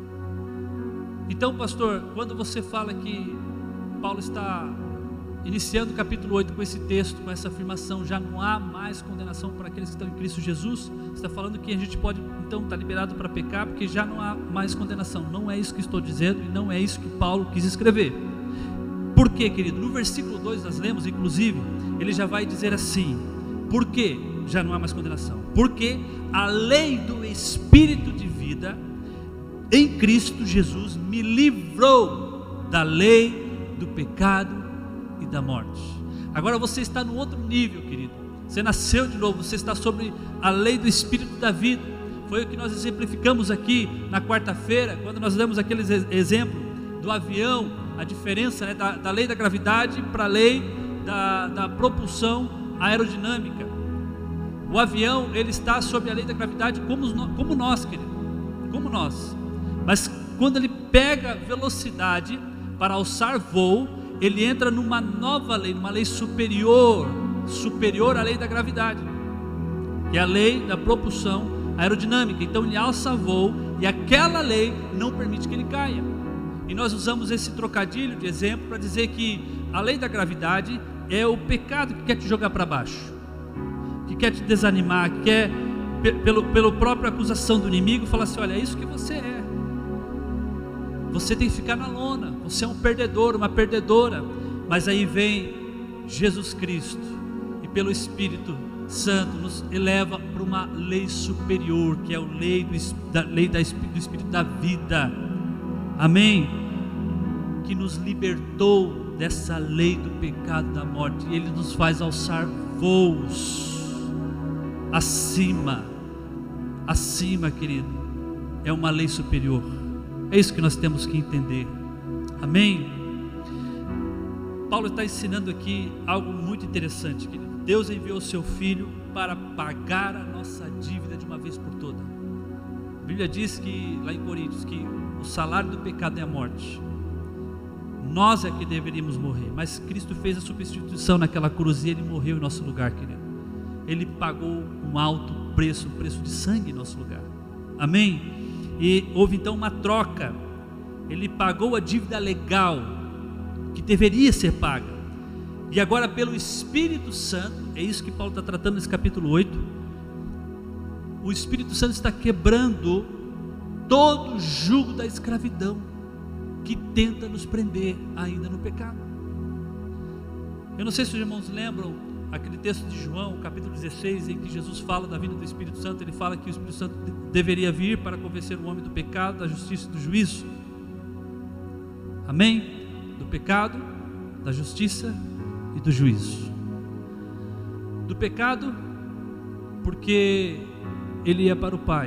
Speaker 5: Então, pastor, quando você fala que Paulo está iniciando o capítulo 8 com esse texto, com essa afirmação, já não há mais condenação para aqueles que estão em Cristo Jesus, você está falando que a gente pode então estar liberado para pecar, porque já não há mais condenação. Não é isso que estou dizendo, e não é isso que Paulo quis escrever. Por quê, querido? No versículo 2 nós lemos, inclusive, ele já vai dizer assim: por que já não há mais condenação? Porque a lei do Espírito de vida em Cristo Jesus me livrou da lei do pecado e da morte. Agora você está no outro nível, querido. Você nasceu de novo, você está sobre a lei do Espírito da vida. Foi o que nós exemplificamos aqui na quarta-feira, quando nós demos aquele exemplo do avião, a diferença, né, da lei da gravidade para a lei da propulsão aerodinâmica. O avião, ele está sob a lei da gravidade como nós, querido, como nós. Mas quando ele pega velocidade para alçar voo, ele entra numa nova lei, numa lei superior à lei da gravidade, que é a lei da propulsão aerodinâmica. Então ele alça voo e aquela lei não permite que ele caia. E nós usamos esse trocadilho de exemplo para dizer que a lei da gravidade é o pecado que quer te jogar para baixo, que quer te desanimar, que quer, pela própria acusação do inimigo, falar assim: olha, é isso que você é. Você tem que ficar na lona, você é um perdedor, uma perdedora. Mas aí vem Jesus Cristo e pelo Espírito Santo nos eleva para uma lei superior, que é a lei do Espírito da vida. Amém? Que nos libertou dessa lei do pecado e da morte, e Ele nos faz alçar voos acima, querido. É uma lei superior. É isso que nós temos que entender. Amém? Paulo está ensinando aqui algo muito interessante, querido. Deus enviou o seu Filho para pagar a nossa dívida de uma vez por toda. A Bíblia diz que, lá em Coríntios, que o salário do pecado é a morte. Nós é que deveríamos morrer, mas Cristo fez a substituição naquela cruz e Ele morreu em nosso lugar, querido. Ele pagou um alto preço, um preço de sangue em nosso lugar. Amém? E houve então uma troca. Ele pagou a dívida legal que deveria ser paga. E agora, pelo Espírito Santo, é isso que Paulo está tratando nesse capítulo 8. O Espírito Santo está quebrando todo o jugo da escravidão que tenta nos prender ainda no pecado. Eu não sei se os irmãos lembram aquele texto de João, capítulo 16, em que Jesus fala da vinda do Espírito Santo. Ele fala que o Espírito Santo deveria vir para convencer o homem do pecado, da justiça e do juízo. Amém? Do pecado, da justiça e do juízo. Do pecado, porque ele ia para o Pai.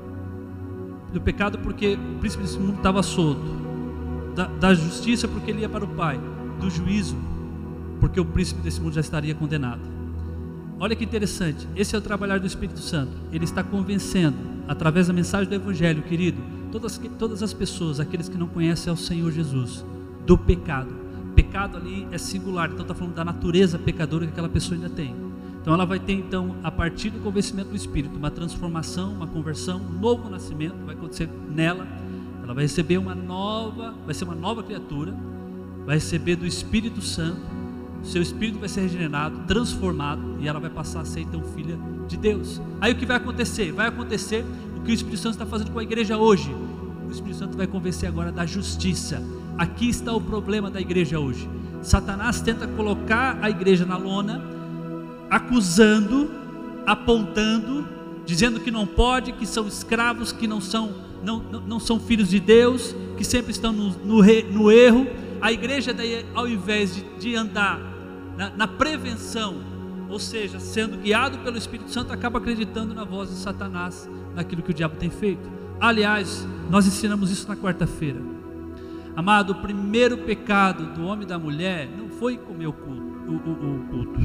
Speaker 5: Do pecado, porque o príncipe desse mundo estava solto. Da justiça, porque ele ia para o Pai. Do juízo, porque o príncipe desse mundo já estaria condenado. Olha que interessante, esse é o trabalhar do Espírito Santo. Ele está convencendo, através da mensagem do Evangelho, querido, todas as pessoas, aqueles que não conhecem ao Senhor Jesus, do pecado. Pecado ali é singular, então está falando da natureza pecadora que aquela pessoa ainda tem. Então ela vai ter, então, a partir do convencimento do Espírito, uma transformação, uma conversão, um novo nascimento vai acontecer nela. Ela vai receber vai ser uma nova criatura, vai receber do Espírito Santo, seu espírito vai ser regenerado, transformado, e ela vai passar a ser então filha de Deus. Aí o que vai acontecer? Vai acontecer o que o Espírito Santo está fazendo com a igreja hoje. O Espírito Santo vai convencer agora da justiça. Aqui está o problema da igreja hoje. Satanás tenta colocar a igreja na lona, acusando, apontando, dizendo que não pode, que são escravos, que não são filhos de Deus, que sempre estão no erro. A igreja daí, ao invés de andar na prevenção, ou seja, sendo guiado pelo Espírito Santo, acaba acreditando na voz de Satanás, naquilo que o diabo tem feito. Aliás, nós ensinamos isso na quarta-feira. Amado, o primeiro pecado do homem e da mulher não foi comer o culto,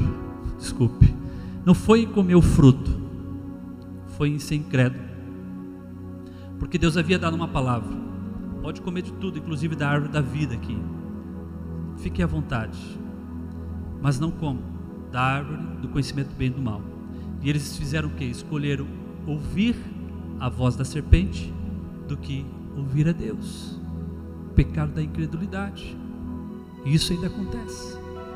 Speaker 5: não foi comer o fruto, foi em ser incrédulo, porque Deus havia dado uma palavra: pode comer de tudo, inclusive da árvore da vida aqui, fique à vontade, mas não comam da árvore do conhecimento do bem e do mal. E eles fizeram o que? Escolheram ouvir a voz da serpente do que ouvir a Deus. O pecado da incredulidade. E isso ainda acontece.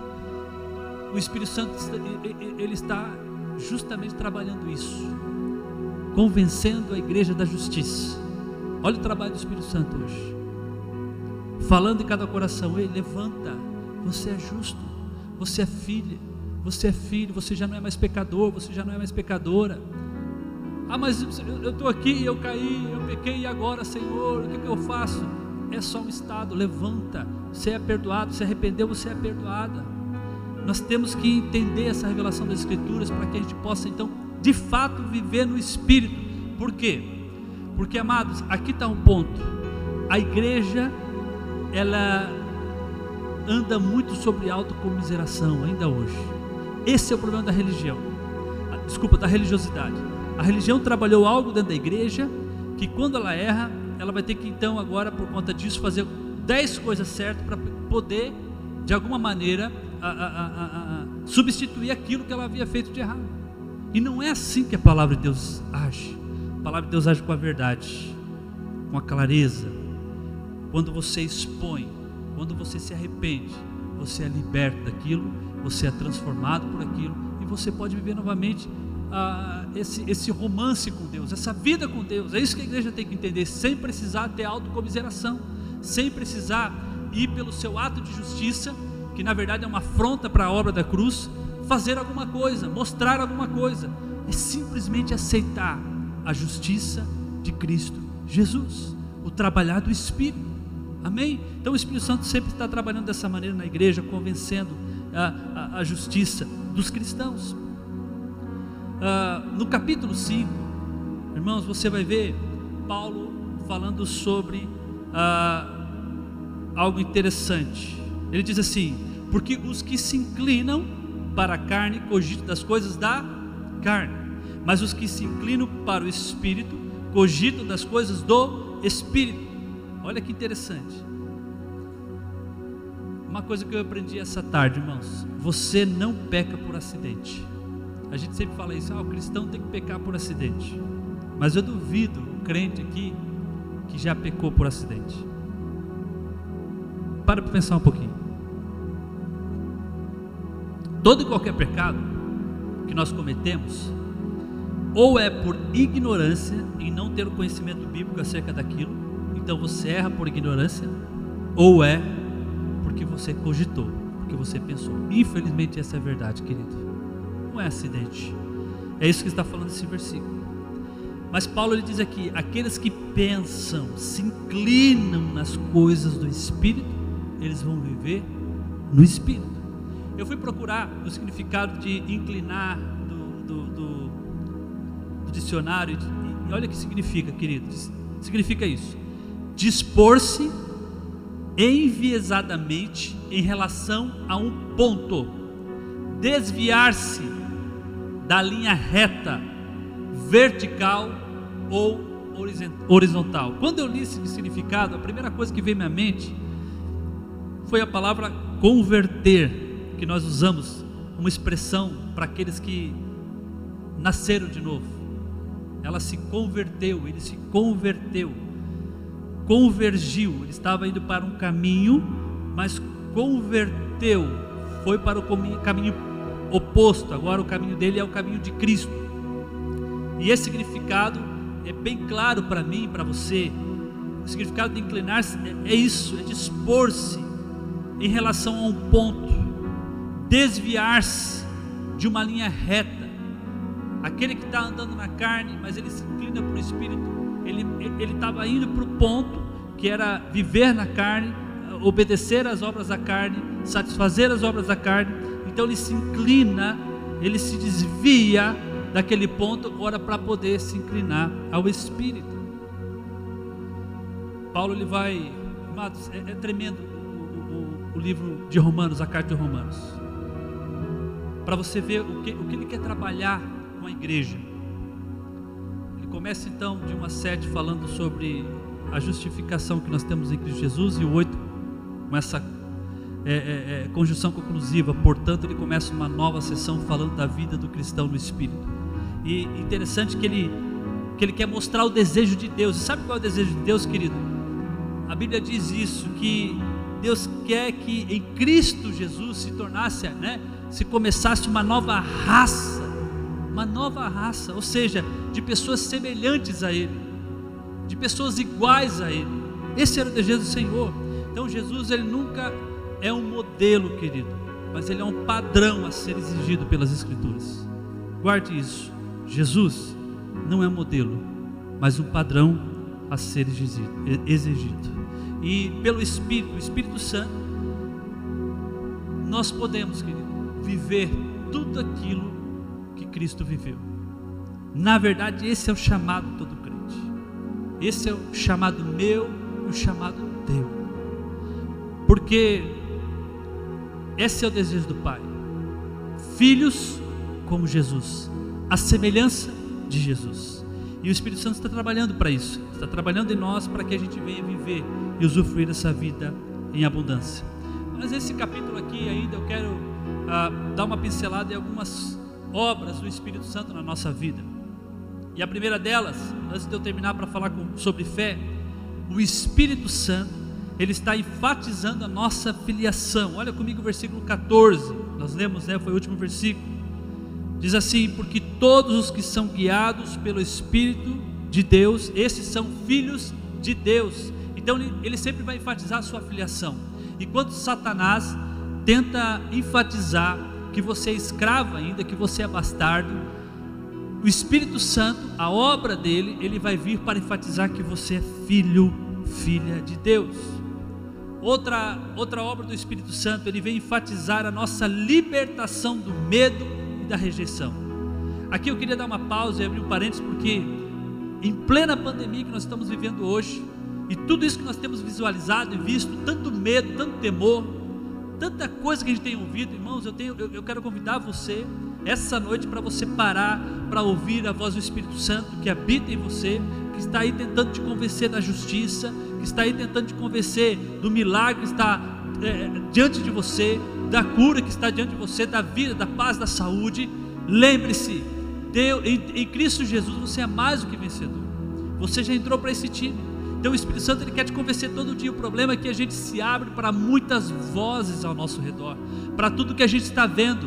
Speaker 5: O Espírito Santo, ele está justamente trabalhando isso, convencendo a igreja da justiça. Olha o trabalho do Espírito Santo hoje, falando em cada coração: ei, levanta, você é justo, você é filha, você é filho, você já não é mais pecador, você já não é mais pecadora. Ah, mas eu estou aqui, eu caí, eu pequei, e agora, Senhor, o que eu faço? É só um estado, levanta, você é perdoado, se arrependeu, você é perdoada. Nós temos que entender essa revelação das Escrituras, para que a gente possa então, de fato, viver no Espírito. Por quê? Porque, amados, aqui está um ponto: a igreja, ela anda muito sobre autocomiseração ainda hoje. Esse é o problema da religião, da religiosidade. A religião trabalhou algo dentro da igreja, que quando ela erra, ela vai ter que então agora, por conta disso, fazer 10 coisas certas para poder, de alguma maneira, substituir aquilo que ela havia feito de errado. E não é assim que a palavra de Deus age. A palavra de Deus age com a verdade, com a clareza. Quando você expõe, quando você se arrepende, você é liberto daquilo, você é transformado por aquilo, e você pode viver novamente esse romance com Deus, essa vida com Deus. É isso que a igreja tem que entender, sem precisar ter autocomiseração, sem precisar ir pelo seu ato de justiça, que na verdade é uma afronta para a obra da cruz, fazer alguma coisa, mostrar alguma coisa. É simplesmente aceitar a justiça de Cristo Jesus, o trabalhar do Espírito. Amém? Então o Espírito Santo sempre está trabalhando dessa maneira na igreja, convencendo a justiça dos cristãos. No capítulo 5, irmãos, você vai ver Paulo falando sobre algo interessante. Ele diz assim: porque os que se inclinam para a carne cogitam das coisas da carne, mas os que se inclinam para o Espírito cogitam das coisas do Espírito. Olha que interessante. Uma coisa que eu aprendi essa tarde, irmãos: você não peca por acidente. A gente sempre fala isso: o cristão tem que pecar por acidente. Mas eu duvido o crente aqui que já pecou por acidente. Para pensar um pouquinho. todo e qualquer pecado que nós cometemos, ou é por ignorância em não ter o conhecimento bíblico acerca daquilo, então você erra por ignorância, ou é porque você cogitou, porque você pensou. Infelizmente essa é a verdade, querido. Não é acidente. É isso que está falando esse versículo. Mas Paulo ele diz aqui: aqueles que pensam, se inclinam nas coisas do Espírito, eles vão viver no Espírito. Eu fui procurar o significado de inclinar do dicionário, e olha o que significa, querido. Significa isso: dispor-se enviesadamente em relação a um ponto, desviar-se da linha reta, vertical ou horizontal. Quando eu li esse significado, a primeira coisa que veio à minha mente foi a palavra converter, que nós usamos uma expressão para aqueles que nasceram de novo. Ela se converteu, ele se converteu, convergiu. Ele estava indo para um caminho, mas converteu, foi para o caminho oposto. Agora o caminho dele é o caminho de Cristo. E esse significado é bem claro para mim, para você. O significado de inclinar-se é isso, é dispor-se em relação a um ponto, desviar-se de uma linha reta. Aquele que está andando na carne, mas ele se inclina para o Espírito, ele estava indo para o ponto que era viver na carne, obedecer às obras da carne, satisfazer as obras da carne. Então ele se inclina, ele se desvia daquele ponto agora para poder se inclinar ao Espírito. Paulo ele vai, amados, é tremendo o livro de Romanos, a carta de Romanos, para você ver o que ele quer trabalhar com a igreja. Ele começa então de 1 a 7 falando sobre a justificação que nós temos em Cristo Jesus, e o 8 com essa conjunção conclusiva. Portanto, ele começa uma nova sessão falando da vida do cristão no Espírito. E interessante que ele quer mostrar o desejo de Deus. E sabe qual é o desejo de Deus, querido? A Bíblia diz isso, que Deus quer que em Cristo Jesus se começasse uma nova raça, ou seja, de pessoas semelhantes a Ele, de pessoas iguais a Ele. Esse era o desejo do Senhor. Então Jesus, ele nunca é um modelo, querido, mas ele é um padrão a ser exigido pelas Escrituras. Guarde isso: Jesus não é modelo, mas um padrão a ser exigido. E pelo Espírito, o Espírito Santo, nós podemos, querido, viver tudo aquilo que Cristo viveu. Na verdade, esse é o chamado de todo crente. Esse é o chamado meu e o chamado teu. Porque esse é o desejo do Pai: filhos como Jesus, a semelhança de Jesus. E o Espírito Santo está trabalhando para isso, está trabalhando em nós para que a gente venha viver e usufruir dessa vida em abundância. Mas esse capítulo aqui ainda eu quero dar uma pincelada em algumas obras do Espírito Santo na nossa vida. E a primeira delas, antes de eu terminar para falar sobre fé, o Espírito Santo, ele está enfatizando a nossa filiação. Olha comigo o versículo 14, nós lemos, foi o último versículo. Diz assim: porque todos os que são guiados pelo Espírito de Deus, esses são filhos de Deus. Então ele sempre vai enfatizar a sua filiação. Enquanto Satanás tenta enfatizar que você é escravo ainda, que você é bastardo, o Espírito Santo, a obra dele, ele vai vir para enfatizar que você é filho, filha de Deus. Outra obra do Espírito Santo, ele vem enfatizar a nossa libertação do medo e da rejeição. Aqui eu queria dar uma pausa e abrir um parênteses, porque em plena pandemia que nós estamos vivendo hoje, e tudo isso que nós temos visualizado e visto, tanto medo, tanto temor, tanta coisa que a gente tem ouvido, irmãos, eu quero convidar você essa noite para você parar para ouvir a voz do Espírito Santo que habita em você, que está aí tentando te convencer da justiça, que está aí tentando te convencer do milagre que está diante de você, da cura que está diante de você, da vida, da paz, da saúde. Lembre-se, em Cristo Jesus você é mais do que vencedor. Você já entrou para esse time. Então o Espírito Santo, ele quer te convencer todo dia. O problema é que a gente se abre para muitas vozes ao nosso redor, para tudo que a gente está vendo,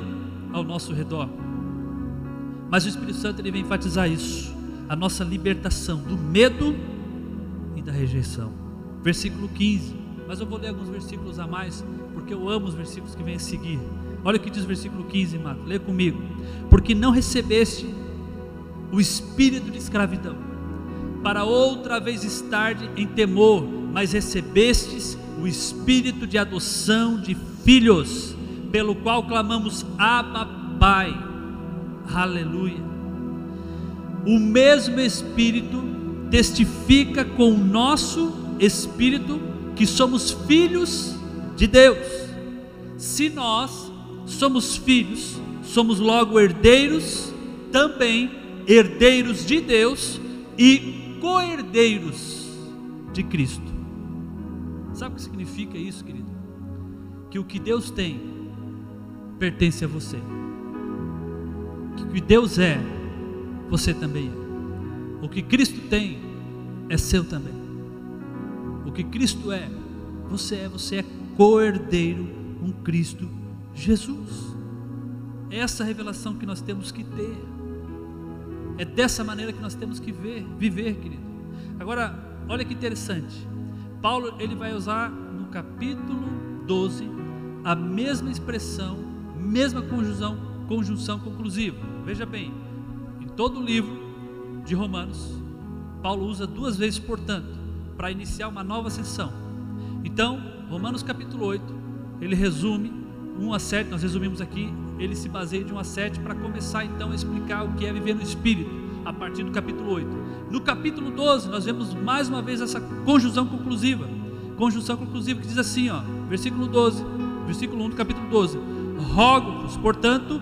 Speaker 5: ao nosso redor. Mas o Espírito Santo ele vem enfatizar isso, a nossa libertação do medo e da rejeição. Versículo 15, mas eu vou ler alguns versículos a mais, porque eu amo os versículos que vêm a seguir. Olha o que diz o versículo 15, amado, lê comigo. Porque não recebeste o espírito de escravidão, para outra vez estar em temor, mas recebestes o espírito de adoção de filhos, pelo qual clamamos Abba, Pai. Aleluia. O mesmo Espírito testifica com o nosso espírito que somos filhos de Deus. Se nós somos filhos, somos logo herdeiros, também herdeiros de Deus e co-herdeiros de Cristo. Sabe o que significa isso, querido? Que o que Deus tem pertence a você. Que o que Deus é, você também é. O que Cristo tem é seu também. O que Cristo é, você é co-herdeiro com Cristo Jesus. É essa revelação que nós temos que ter. É dessa maneira que nós temos que viver, querido. Agora, olha que interessante. Paulo ele vai usar no capítulo 12 a mesma expressão, mesma conjunção conclusiva. Veja bem, em todo o livro de Romanos, Paulo usa 2 vezes, portanto, para iniciar uma nova sessão. Então, Romanos capítulo 8, ele resume 1 a 7, nós resumimos aqui, ele se baseia de 1 a 7 para começar então a explicar o que é viver no Espírito, a partir do capítulo 8. No capítulo 12, nós vemos mais uma vez essa conjunção conclusiva que diz assim, ó, versículo 1 do capítulo 12: rogo-vos, portanto,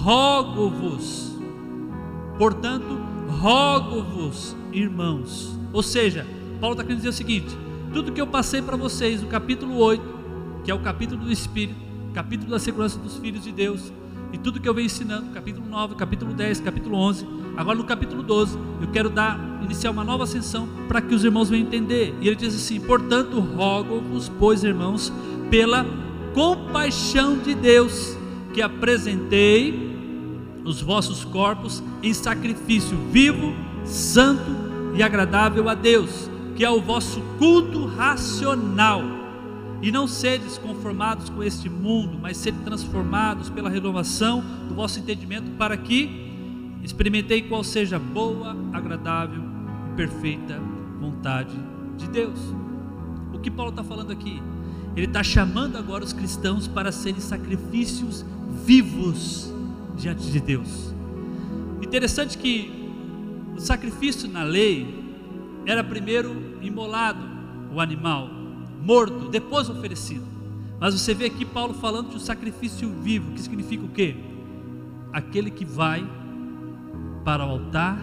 Speaker 5: irmãos. Ou seja, Paulo está querendo dizer o seguinte: tudo que eu passei para vocês no capítulo 8, que é o capítulo do Espírito, capítulo da segurança dos filhos de Deus, e tudo que eu venho ensinando, capítulo 9, capítulo 10, capítulo 11, agora no capítulo 12, eu quero iniciar uma nova ascensão para que os irmãos venham entender. E ele diz assim: portanto, rogo-vos, pois, irmãos, pela compaixão de Deus, que apresentei os vossos corpos em sacrifício vivo, santo e agradável a Deus, que é o vosso culto racional. E não sedes conformados com este mundo, mas sede transformados pela renovação do vosso entendimento, para que experimentei qual seja a boa, agradável e perfeita vontade de Deus. O que Paulo está falando aqui? Ele está chamando agora os cristãos para serem sacrifícios vivos diante de Deus. Interessante que o sacrifício na lei era primeiro imolado, o animal morto, depois oferecido. Mas você vê aqui Paulo falando de um sacrifício vivo, que significa o quê? Aquele que vai para o altar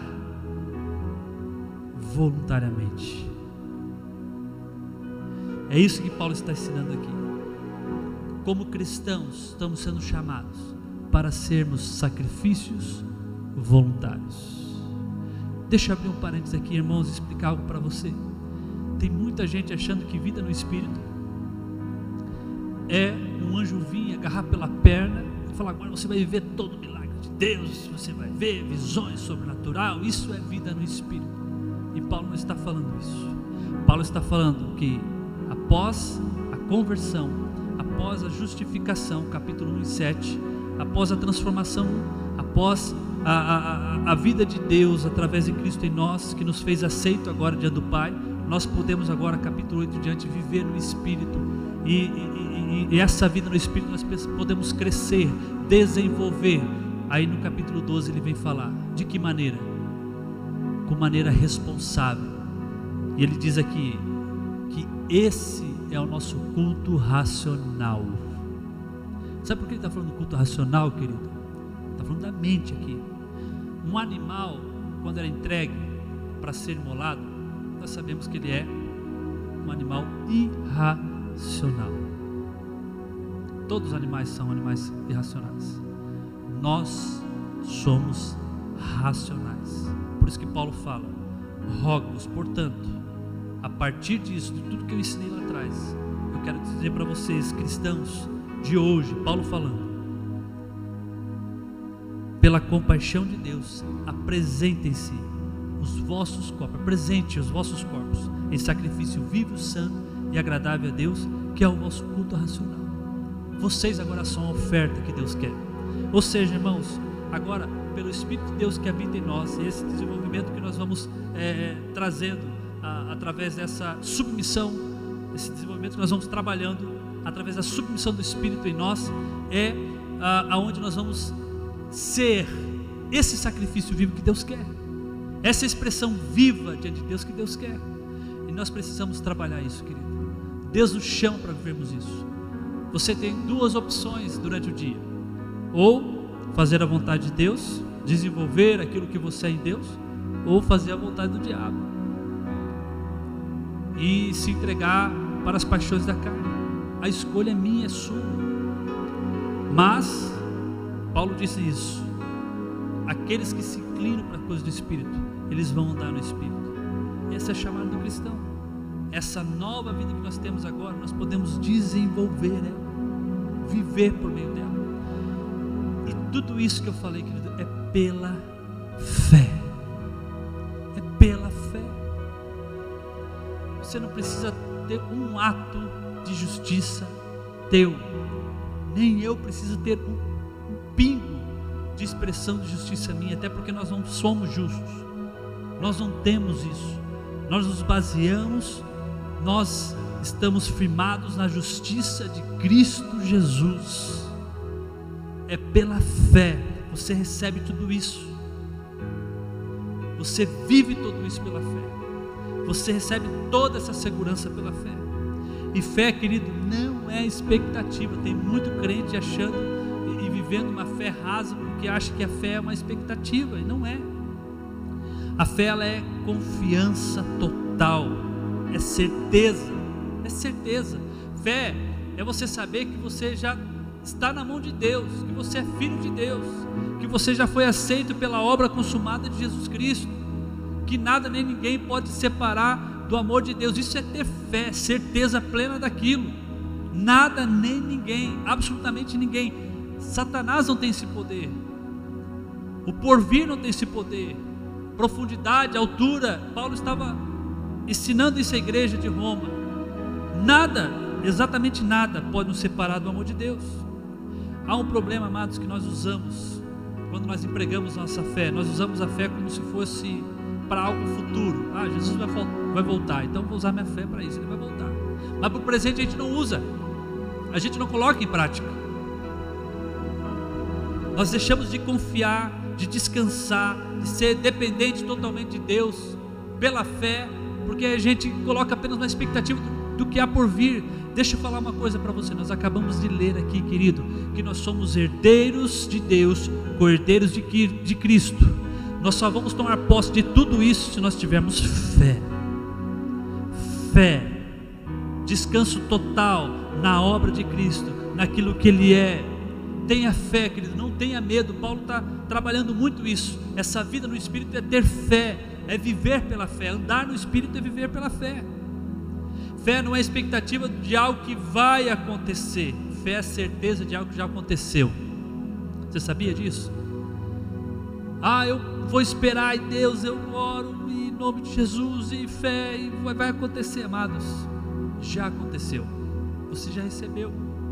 Speaker 5: voluntariamente. É isso que Paulo está ensinando aqui. Como cristãos, estamos sendo chamados para sermos sacrifícios voluntários. Deixa eu abrir um parênteses aqui, irmãos, e explicar algo para você. Tem muita gente achando que vida no Espírito é um anjo vir agarrar pela perna e falar: agora você vai viver todo o milagre de Deus, você vai ver visões sobrenaturais. Isso é vida no Espírito. E Paulo não está falando isso. Paulo está falando que após a conversão, após a justificação, capítulo 1 e 7, após a transformação, após a vida de Deus através de Cristo em nós, que nos fez aceito agora diante do Pai, nós podemos agora, capítulo 8 em diante, viver no Espírito, e essa vida no Espírito nós podemos crescer, desenvolver. Aí no capítulo 12 ele vem falar, de que maneira? Com maneira responsável. E ele diz aqui, que esse é o nosso culto racional. Sabe por que ele está falando do culto racional, querido? Está falando da mente aqui. Um animal, quando era entregue para ser imolado, nós sabemos que ele é um animal irracional. Todos os animais são animais irracionais. Nós somos racionais. Por isso que Paulo fala: rogo-vos, portanto, a partir disso, de tudo que eu ensinei lá atrás, eu quero dizer para vocês, cristãos de hoje, Paulo falando, pela compaixão de Deus, apresentem-se os vossos corpos, apresente os vossos corpos em sacrifício vivo, santo e agradável a Deus, que é o vosso culto racional. Vocês agora são a oferta que Deus quer. Ou seja, irmãos, agora pelo Espírito de Deus que habita em nós, esse desenvolvimento que nós vamos trazendo através dessa submissão, esse desenvolvimento que nós vamos trabalhando através da submissão do Espírito em nós, é aonde nós vamos ser esse sacrifício vivo que Deus quer, essa expressão viva diante de Deus que Deus quer. E nós precisamos trabalhar isso, querido. Deus nos chama para vivermos isso. Você tem duas opções durante o dia: ou fazer a vontade de Deus, desenvolver aquilo que você é em Deus, ou fazer a vontade do diabo e se entregar para as paixões da carne. A escolha é minha, é sua. Mas Paulo disse isso: aqueles que se inclinam para a coisa do Espírito, eles vão andar no Espírito. Essa é a chamada do cristão. Essa nova vida que nós temos agora, nós podemos desenvolver ela, viver por meio dela. E tudo isso que eu falei, querido, é pela fé. É pela fé. Você não precisa ter um ato de justiça teu, nem eu preciso ter um pingo de expressão de justiça minha, até porque nós não somos justos, nós não temos isso. Nós nos baseamos, nós estamos firmados na justiça de Cristo Jesus. É pela fé, você recebe tudo isso, você vive tudo isso pela fé, você recebe toda essa segurança pela fé. E fé, querido, não é expectativa. Tem muito crente achando e vivendo uma fé rasa, porque acha que a fé é uma expectativa, e não é. A fé, ela é confiança total, é certeza, é certeza. Fé é você saber que você já está na mão de Deus, que você é filho de Deus, que você já foi aceito pela obra consumada de Jesus Cristo, que nada nem ninguém pode separar do amor de Deus. Isso é ter fé, certeza plena daquilo. Nada nem ninguém, absolutamente ninguém. Satanás não tem esse poder, o porvir não tem esse poder, profundidade, altura. Paulo estava ensinando isso à igreja de Roma. Nada, exatamente nada pode nos separar do amor de Deus. Há um problema, amados, que nós usamos quando nós empregamos nossa fé. Nós usamos a fé como se fosse para algo futuro. Jesus vai voltar, então vou usar minha fé para isso, ele vai voltar. Mas para o presente a gente não usa, a gente não coloca em prática. Nós deixamos de confiar, de descansar, de ser dependente totalmente de Deus pela fé, porque a gente coloca apenas uma expectativa do que há por vir. Deixa eu falar uma coisa para você. Nós acabamos de ler aqui, querido, que nós somos herdeiros de Deus, cordeiros de Cristo. Nós só vamos tomar posse de tudo isso se nós tivermos fé. Fé, descanso total na obra de Cristo, naquilo que Ele é. Tenha fé, querido, não tenha medo. Paulo está trabalhando muito isso. Essa vida no Espírito é ter fé, é viver pela fé. Andar no Espírito é viver pela fé. Fé não é expectativa de algo que vai acontecer. Fé é certeza de algo que já aconteceu. Você sabia disso? Eu vou esperar em Deus, eu oro em nome de Jesus e fé, e vai acontecer, amados. Já aconteceu, você já recebeu.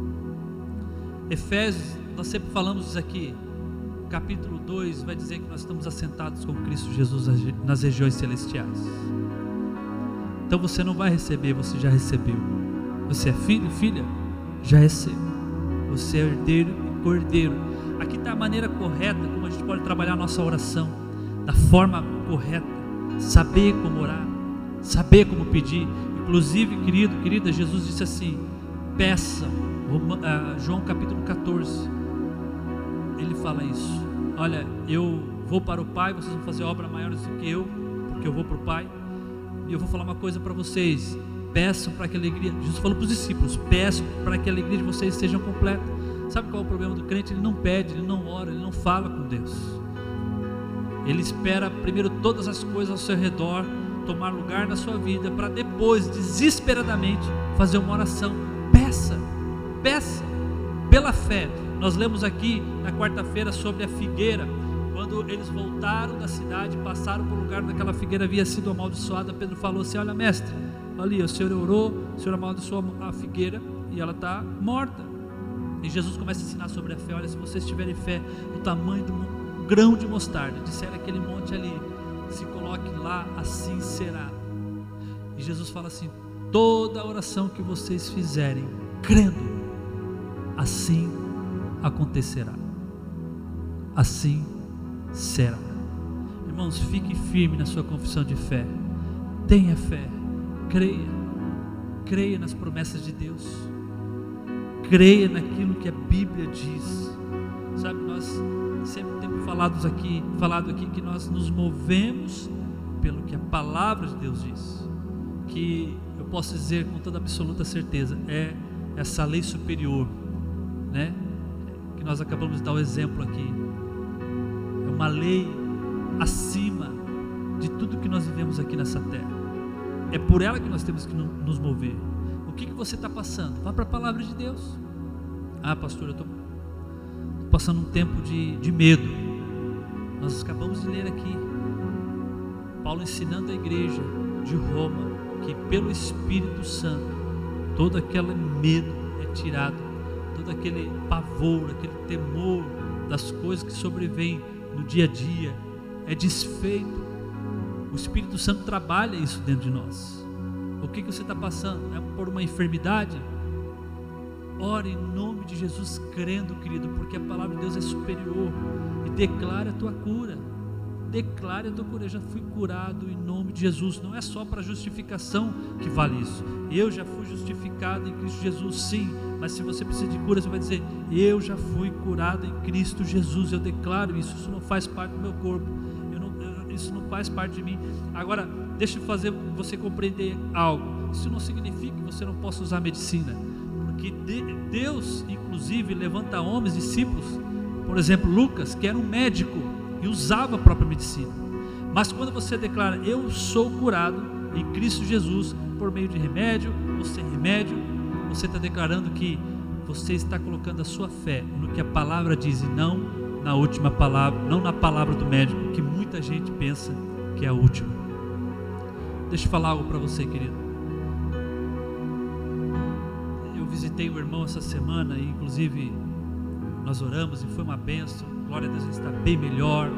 Speaker 5: Efésios, nós sempre falamos isso aqui, capítulo 2 vai dizer que nós estamos assentados com Cristo Jesus nas regiões celestiais. Então você não vai receber, você já recebeu. Você é filho, filha? Já recebeu. Você é herdeiro e cordeiro. Aqui está a maneira correta como a gente pode trabalhar a nossa oração, da forma correta, saber como orar, saber como pedir. Inclusive, querido, querida, Jesus disse assim: peça. João capítulo 14, ele fala isso: olha, eu vou para o Pai, vocês vão fazer obras maiores do que eu, porque eu vou para o Pai. E eu vou falar uma coisa para vocês: peçam para que a alegria, Jesus falou para os discípulos, peçam para que a alegria de vocês seja completa. Sabe qual é o problema do crente? Ele não pede, ele não ora, ele não fala com Deus. Ele espera primeiro todas as coisas ao seu redor tomar lugar na sua vida, para depois, desesperadamente, fazer uma oração. Peça, peça, pela fé. Nós lemos aqui na quarta-feira sobre a figueira, Quando eles voltaram da cidade, passaram por um lugar onde aquela figueira havia sido amaldiçoada, Pedro falou assim: olha, mestre, ali o Senhor orou, o Senhor amaldiçoou a figueira e ela está morta. E Jesus começa a ensinar sobre a fé. Olha, se vocês tiverem fé do tamanho de um grão de mostarda, disser aquele monte ali, se coloque lá, assim será. E Jesus fala assim: toda oração que vocês fizerem, crendo, assim acontecerá, assim será. Irmãos, fique firme na sua confissão de fé, tenha fé, creia nas promessas de Deus, creia naquilo que a Bíblia diz. Sabe, nós sempre temos falado aqui que nós nos movemos pelo que a palavra de Deus diz, que eu posso dizer com toda absoluta certeza, é essa lei superior, né? Que nós acabamos de dar o exemplo aqui. É uma lei acima de tudo que nós vivemos aqui nessa terra. É por ela que nós temos que nos mover. O que você está passando? Vá para a palavra de Deus. Ah, pastor, eu estou passando um tempo de medo. Nós acabamos de ler aqui Paulo ensinando a igreja de Roma que pelo Espírito Santo todo aquele medo é tirado, todo aquele pavor, aquele temor das coisas que sobrevêm no dia a dia é desfeito. O Espírito Santo trabalha isso dentro de nós. O que você está passando? É por uma enfermidade? Ore em nome de Jesus, crendo, querido, porque a palavra de Deus é superior, e declare a tua cura. Declare a tua cura. Eu já fui curado em nome de Jesus. Não é só para justificação que vale isso. Eu já fui justificado em Cristo Jesus, sim, mas se você precisa de cura, você vai dizer: eu já fui curado em Cristo Jesus. Eu declaro isso. Isso não faz parte do meu corpo, isso não faz parte de mim. Agora, deixa eu fazer você compreender algo. Isso não significa que você não possa usar medicina, porque Deus inclusive levanta homens, discípulos, por exemplo Lucas, que era um médico e usava a própria medicina. Mas quando você declara: eu sou curado em Cristo Jesus, por meio de remédio ou sem remédio, você está declarando que você está colocando a sua fé no que a palavra diz, e não na última palavra, não na palavra do médico, que muita gente pensa que é a última. Deixa eu falar algo para você, querido. Eu visitei o irmão essa semana e inclusive nós oramos e foi uma bênção. Glória a Deus, ele está bem melhor.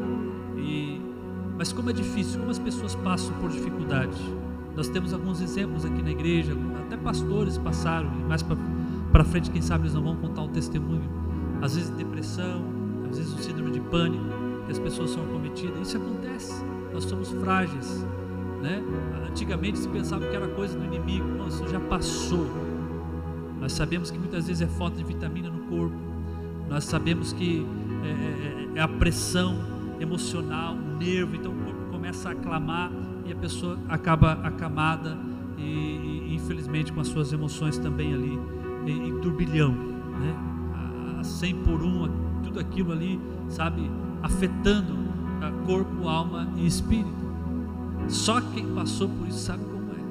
Speaker 5: Mas como é difícil, como as pessoas passam por dificuldade. Nós temos alguns exemplos aqui na igreja, até pastores passaram, e mais para frente, quem sabe eles não vão contar um testemunho, às vezes depressão, às vezes o síndrome de pânico, que as pessoas são acometidas. Isso acontece, nós somos frágeis, né? Antigamente se pensava que era coisa do inimigo. Não, isso já passou. Nós sabemos que muitas vezes é falta de vitamina no corpo, nós sabemos que é a pressão emocional, o nervo, então o corpo começa a aclamar e a pessoa acaba acamada e infelizmente com as suas emoções também ali em turbilhão, né? A 100 por 1, tudo aquilo ali, sabe, afetando corpo, alma e espírito. Só quem passou por isso sabe como é.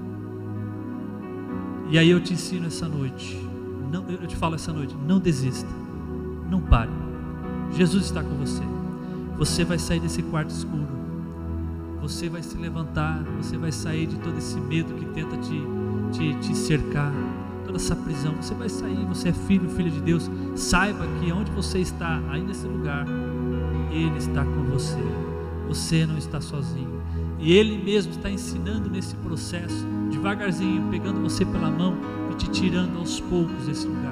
Speaker 5: E aí eu te ensino essa noite, eu te falo essa noite: não desista, não pare. Jesus está com você. Você vai sair desse quarto escuro, você vai se levantar, você vai sair de todo esse medo que tenta te cercar, toda essa prisão. Você vai sair, você é filho de Deus. Saiba que onde você está, aí nesse lugar, Ele está com você. Você não está sozinho, e Ele mesmo está ensinando nesse processo, devagarzinho, pegando você pela mão e te tirando aos poucos desse lugar,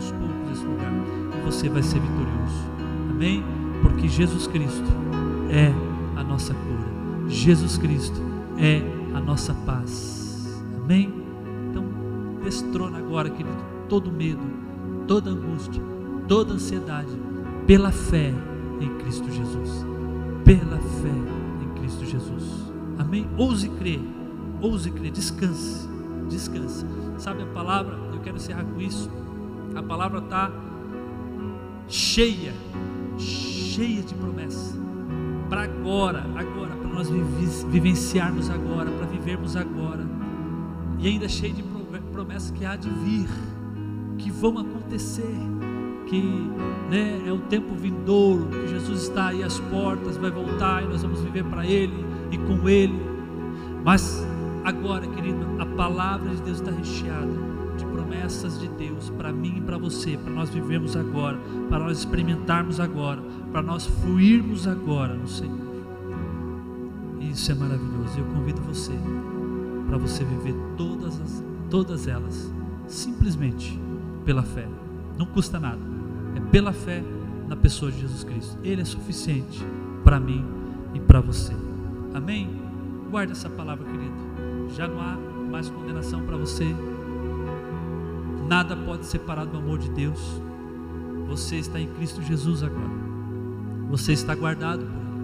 Speaker 5: e você vai ser vitorioso. Amém? Porque Jesus Cristo é a nossa cura, Jesus Cristo é a nossa paz. Amém? Então destrona agora, querido, todo medo, toda angústia, toda ansiedade, pela fé em Cristo Jesus, pela fé em Cristo Jesus. Amém? Ouse crer, descanse. Sabe a palavra, eu quero encerrar com isso, a palavra está cheia de promessas para agora, para nós vivenciarmos agora, para vivermos agora, e ainda cheia de promessas que há de vir, que vão acontecer. que é o tempo vindouro, que Jesus está aí às portas, vai voltar e nós vamos viver para Ele e com Ele. Mas agora, querido, a palavra de Deus está recheada de promessas de Deus para mim e para você, para nós vivermos agora, para nós experimentarmos agora, para nós fluirmos agora no Senhor. Isso é maravilhoso. Eu convido você para você viver todas elas simplesmente pela fé. Não custa nada, é pela fé na pessoa de Jesus Cristo. Ele é suficiente para mim e para você. Amém? Guarda essa palavra, querido. Já não há mais condenação para você. Nada pode separar do amor de Deus. Você está em Cristo Jesus agora. Você está guardado por Ele.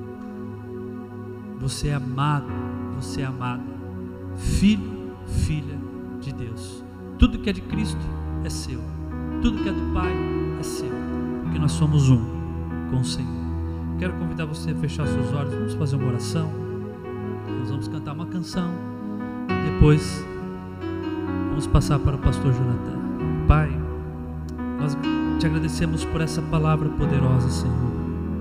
Speaker 5: Você é amado, você é amada, filho, filha de Deus. Tudo que é de Cristo é seu. Tudo que é do Pai é seu, porque nós somos um com o Senhor. Quero convidar você a fechar seus olhos. Vamos fazer uma oração. Nós vamos cantar uma canção. Depois vamos passar para o pastor Jonathan. Pai, nós te agradecemos por essa palavra poderosa, Senhor.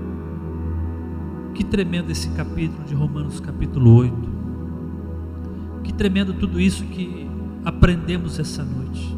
Speaker 5: Que tremendo esse capítulo de Romanos capítulo 8. Que tremendo tudo isso que aprendemos essa noite.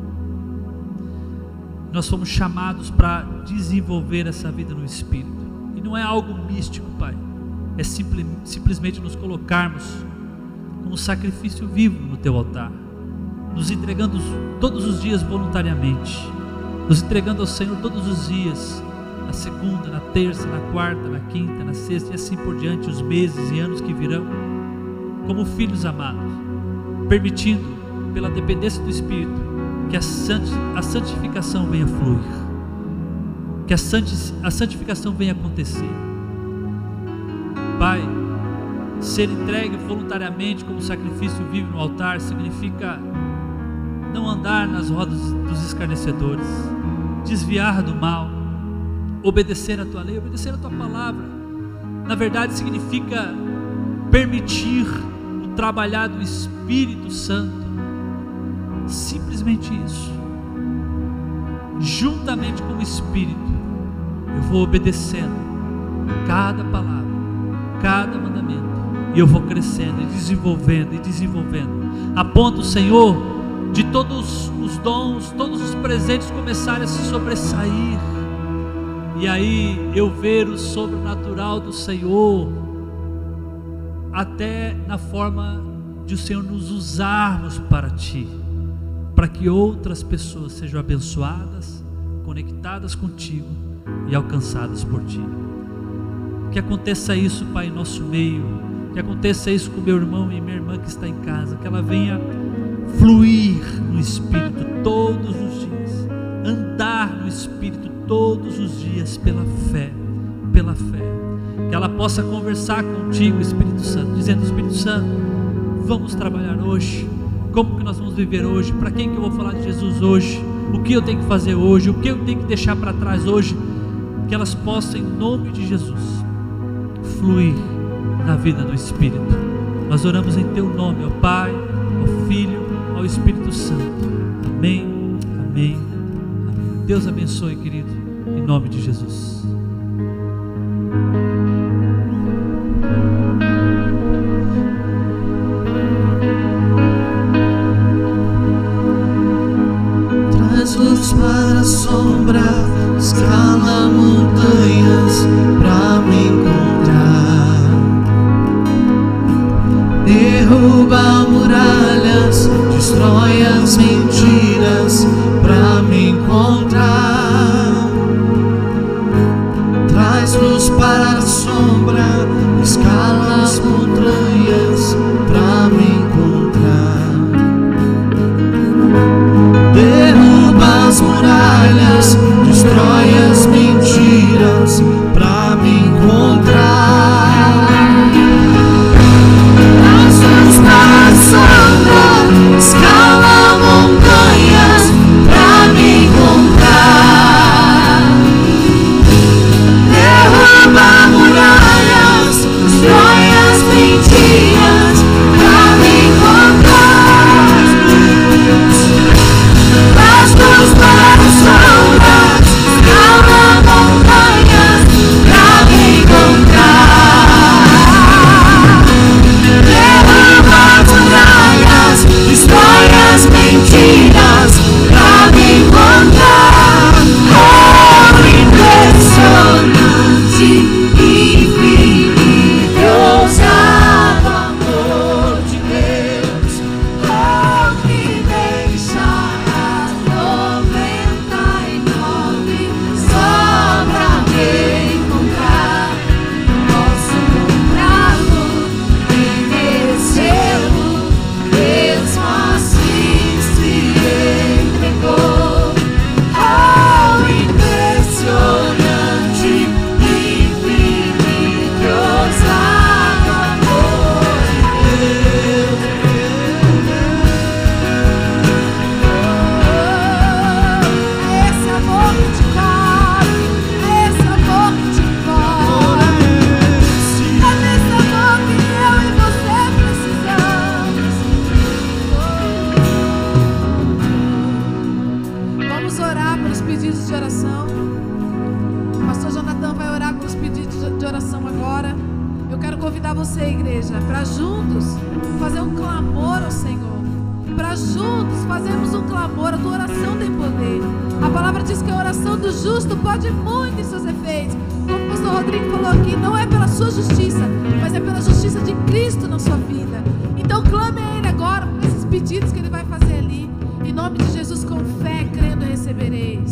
Speaker 5: Nós fomos chamados para desenvolver essa vida no Espírito. E não é algo místico, Pai. É simplesmente nos colocarmos como sacrifício vivo no Teu altar. Nos entregando todos os dias voluntariamente. Nos entregando ao Senhor todos os dias. Na segunda, na terça, na quarta, na quinta, na sexta e assim por diante, os meses e anos que virão, como filhos amados, permitindo, pela dependência do Espírito, que a santificação venha fluir, que a santificação venha acontecer. Pai, ser entregue voluntariamente como sacrifício vivo no altar significa não andar nas rodas dos escarnecedores, desviar do mal, obedecer a Tua lei, obedecer a Tua palavra. Na verdade significa permitir o trabalhar do Espírito Santo. Simplesmente isso. Juntamente com o Espírito, eu vou obedecendo cada palavra, cada mandamento, e eu vou crescendo e desenvolvendo, a ponto, Senhor, de todos os dons, todos os presentes começarem a se sobressair, e aí eu ver o sobrenatural do Senhor, até na forma de o Senhor nos usarmos para Ti, para que outras pessoas sejam abençoadas, conectadas contigo e alcançadas por Ti. Que aconteça isso, Pai, em nosso meio, que aconteça isso com meu irmão e minha irmã que está em casa, que ela venha fluir no Espírito todos os dias, andar no Espírito todos os dias pela fé, que ela possa conversar contigo, Espírito Santo, dizendo: Espírito Santo, vamos trabalhar hoje, como que nós vamos viver hoje, para quem que eu vou falar de Jesus hoje, o que eu tenho que fazer hoje, o que eu tenho que deixar para trás hoje, que elas possam, em nome de Jesus, fluir na vida do Espírito. Nós oramos em Teu nome, ao Pai, ao Filho, ao Espírito Santo. Amém, amém, amém. Deus abençoe, querido, em nome de Jesus.
Speaker 2: Luz para a sombra, escala montanhas pra me encontrar, derruba muralhas, destrói as mentiras pra me encontrar. Traz luz para a sombra, escala as montanhas pra me encontrar, derruba as muralhas, destrói as mentiras pra me encontrar. Traz luz para a sombra, escala montanhas pra me encontrar, derruba muralhas, destrói as mentiras pra me encontrar. Traz luz para a sombra,
Speaker 1: convidar você, igreja, para juntos fazer um clamor ao Senhor. Para juntos fazermos um clamor. A tua oração tem poder. A palavra diz que a oração do justo pode muito em seus efeitos. Como o pastor Rodrigo falou aqui, não é pela sua justiça, mas é pela justiça de Cristo na sua vida. Então clame a Ele agora por esses pedidos que Ele vai fazer ali. Em nome de Jesus, com fé, crendo, recebereis.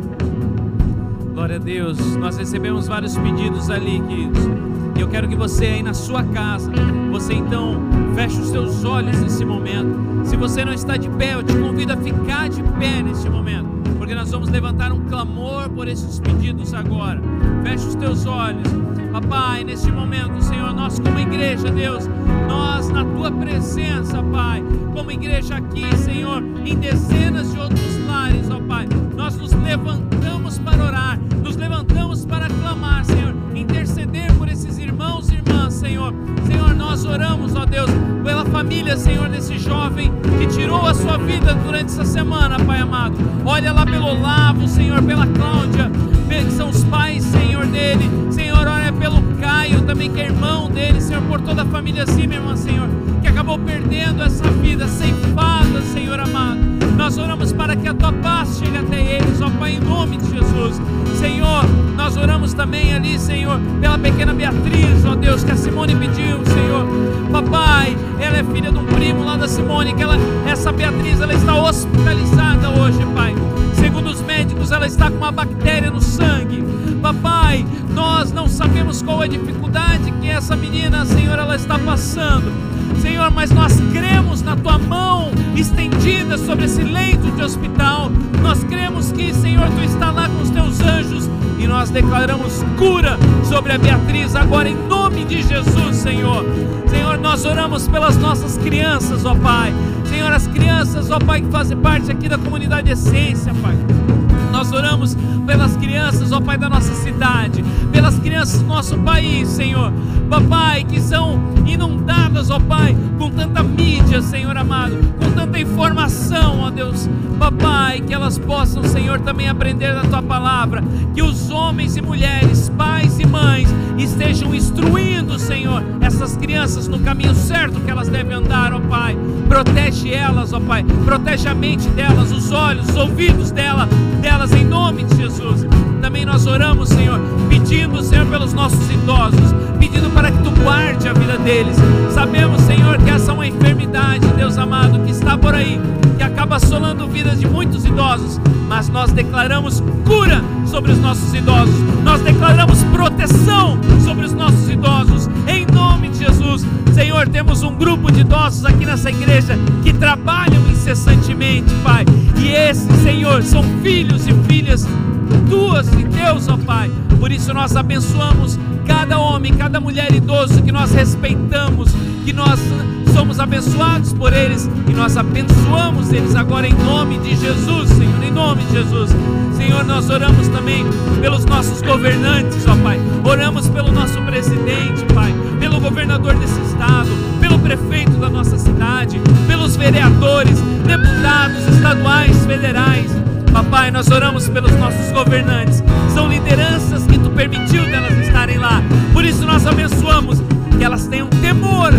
Speaker 4: Glória a Deus. Nós recebemos vários pedidos ali, queridos. E eu quero que você aí na sua casa, você então feche os seus olhos nesse momento. Se você não está de pé, eu te convido a ficar de pé neste momento, porque nós vamos levantar um clamor por esses pedidos agora. Feche os teus olhos. Papai, neste momento, Senhor, nós como igreja, Deus, nós na Tua presença, Pai, como igreja aqui, Senhor, em dezenas de outros lares, ó Pai, nós nos levantamos para orar, nos levantamos para clamar, Senhor, interceder por esses irmãos e irmãs, Senhor. Senhor, nós oramos, ó Deus, pela família, Senhor, desse jovem que tirou a sua vida durante essa semana, Pai amado. Olha lá pelo Olavo, Senhor, pela Cláudia, que são os pais, Senhor, dele. Senhor, olha pelo Caio também, que é irmão dele, Senhor, por toda a família Zimmermann, Senhor, que acabou perdendo essa vida ceifada, Senhor amado. Nós oramos para que a Tua paz chegue até eles, ó Pai, em nome de Jesus. Senhor, nós oramos também ali, Senhor, pela pequena Beatriz, ó Deus, que a Simone pediu, Senhor. Papai, ela é filha de um primo lá da Simone, que essa Beatriz, ela está hospitalizada hoje, Pai. Segundo os médicos, ela está com uma bactéria no sangue. Papai, nós não sabemos qual é a dificuldade que essa menina, Senhor, ela está passando, Senhor, mas nós cremos na Tua mão estendida sobre esse leito de hospital. Nós cremos que, Senhor, Tu está lá com os Teus anjos, e nós declaramos cura sobre a Beatriz agora em nome de Jesus, Senhor. Senhor, nós oramos pelas nossas crianças, ó Pai. Senhor, as crianças, ó Pai, que fazem parte aqui da comunidade Essência, Pai. Nós oramos pelas crianças, ó Pai, da nossa cidade, pelas crianças do nosso país, Senhor. Papai, que são inundadas, ó Pai, com tanta mídia, Senhor amado, com tanta informação, ó Deus. Papai, que elas possam, Senhor, também aprender da Tua palavra, que os homens e mulheres, pais e mães, estejam instruindo, Senhor, essas crianças no caminho certo que elas devem andar, ó Pai. Protege elas, ó Pai, protege a mente delas, os olhos, os ouvidos delas, em nome de Jesus. Também nós oramos, Senhor, pedindo, Senhor, pelos nossos idosos, pedindo para que Tu guarde a vida deles. Sabemos, Senhor, que essa é uma enfermidade, Deus amado, que está por aí, que acaba assolando vidas de muitos idosos, mas nós declaramos cura sobre os nossos idosos, nós declaramos proteção sobre os nossos idosos, em nome de Jesus. Senhor, temos um grupo de idosos aqui nessa igreja que trabalham incessantemente, Pai, e esses, Senhor, são filhos e filhas Tuas e Teus, ó Pai. Por isso nós abençoamos cada homem, cada mulher idoso que nós respeitamos, que nós somos abençoados por eles, e nós abençoamos eles agora em nome de Jesus, Senhor, em nome de Jesus. Senhor, nós oramos também pelos nossos governantes, ó Pai. Oramos pelo nosso presidente, Pai, pelo governador desse estado, pelo prefeito da nossa cidade, pelos vereadores, deputados estaduais, federais. Papai, nós oramos pelos nossos governantes. São lideranças que Tu permitiu delas estarem lá. Por isso nós abençoamos que elas tenham temor,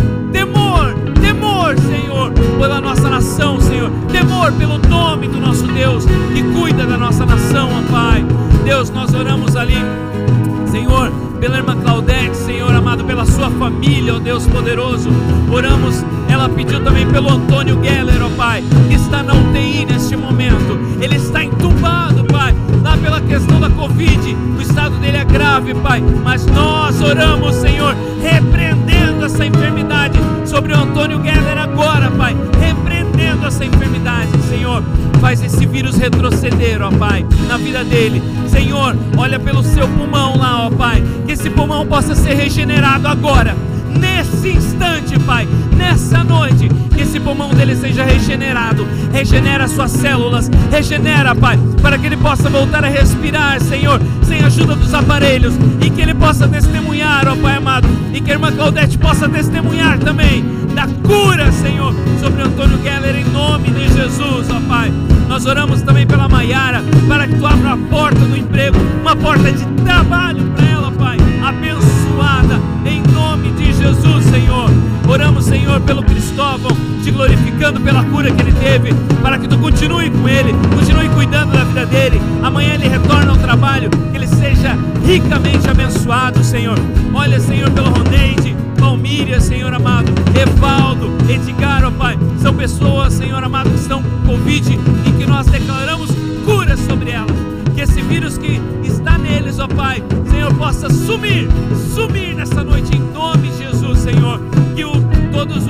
Speaker 4: Senhor, pela nossa nação, Senhor. Temor pelo nome do nosso Deus, que cuida da nossa nação, ó Pai. Deus, nós oramos ali, Senhor, pela irmã Claudete, Senhor amado, pela sua família, ó Deus poderoso. Oramos, ela pediu também pelo Antônio Geller, ó Pai, que está na UTI neste momento. Ele está entubado, Pai, lá pela questão da Covid. O estado dele é grave, Pai, mas nós oramos, Senhor, repreendendo essa enfermidade sobre o Antônio Geller agora, Pai, repreendendo essa enfermidade, Senhor. Faz esse vírus retroceder, ó Pai, na vida dele. Senhor, olha pelo seu pulmão lá, ó Pai, que esse pulmão possa ser regenerado agora, nesse instante, Pai, nessa noite, que esse pulmão dele seja regenerado. Regenera suas células, regenera, Pai, para que ele possa voltar a respirar, Senhor, sem a ajuda dos aparelhos, e que ele possa testemunhar, ó Pai amado, e que a irmã Claudete possa testemunhar também da cura, Senhor, sobre o Antônio Geller, em nome de Jesus, ó Pai. Nós oramos também pela Maiara, para que Tu abra a porta do emprego, uma porta de trabalho para ela, Pai, abençoada, em nome de Jesus. Senhor. Oramos, Senhor, pelo Cristóvão, te glorificando pela cura que ele teve, para que tu continue com ele, continue cuidando da vida dele. Amanhã ele retorna ao trabalho, que ele seja ricamente abençoado, Senhor. Olha, Senhor, pelo Roneide, Palmíria, Senhor amado, Evaldo, Edgar, ó Pai, são pessoas, Senhor amado, que estão com Covid e que nós declaramos cura sobre elas. Que esse vírus que está neles, ó Pai, Senhor, possa sumir nessa noite, em nome de Jesus, Senhor. Que todas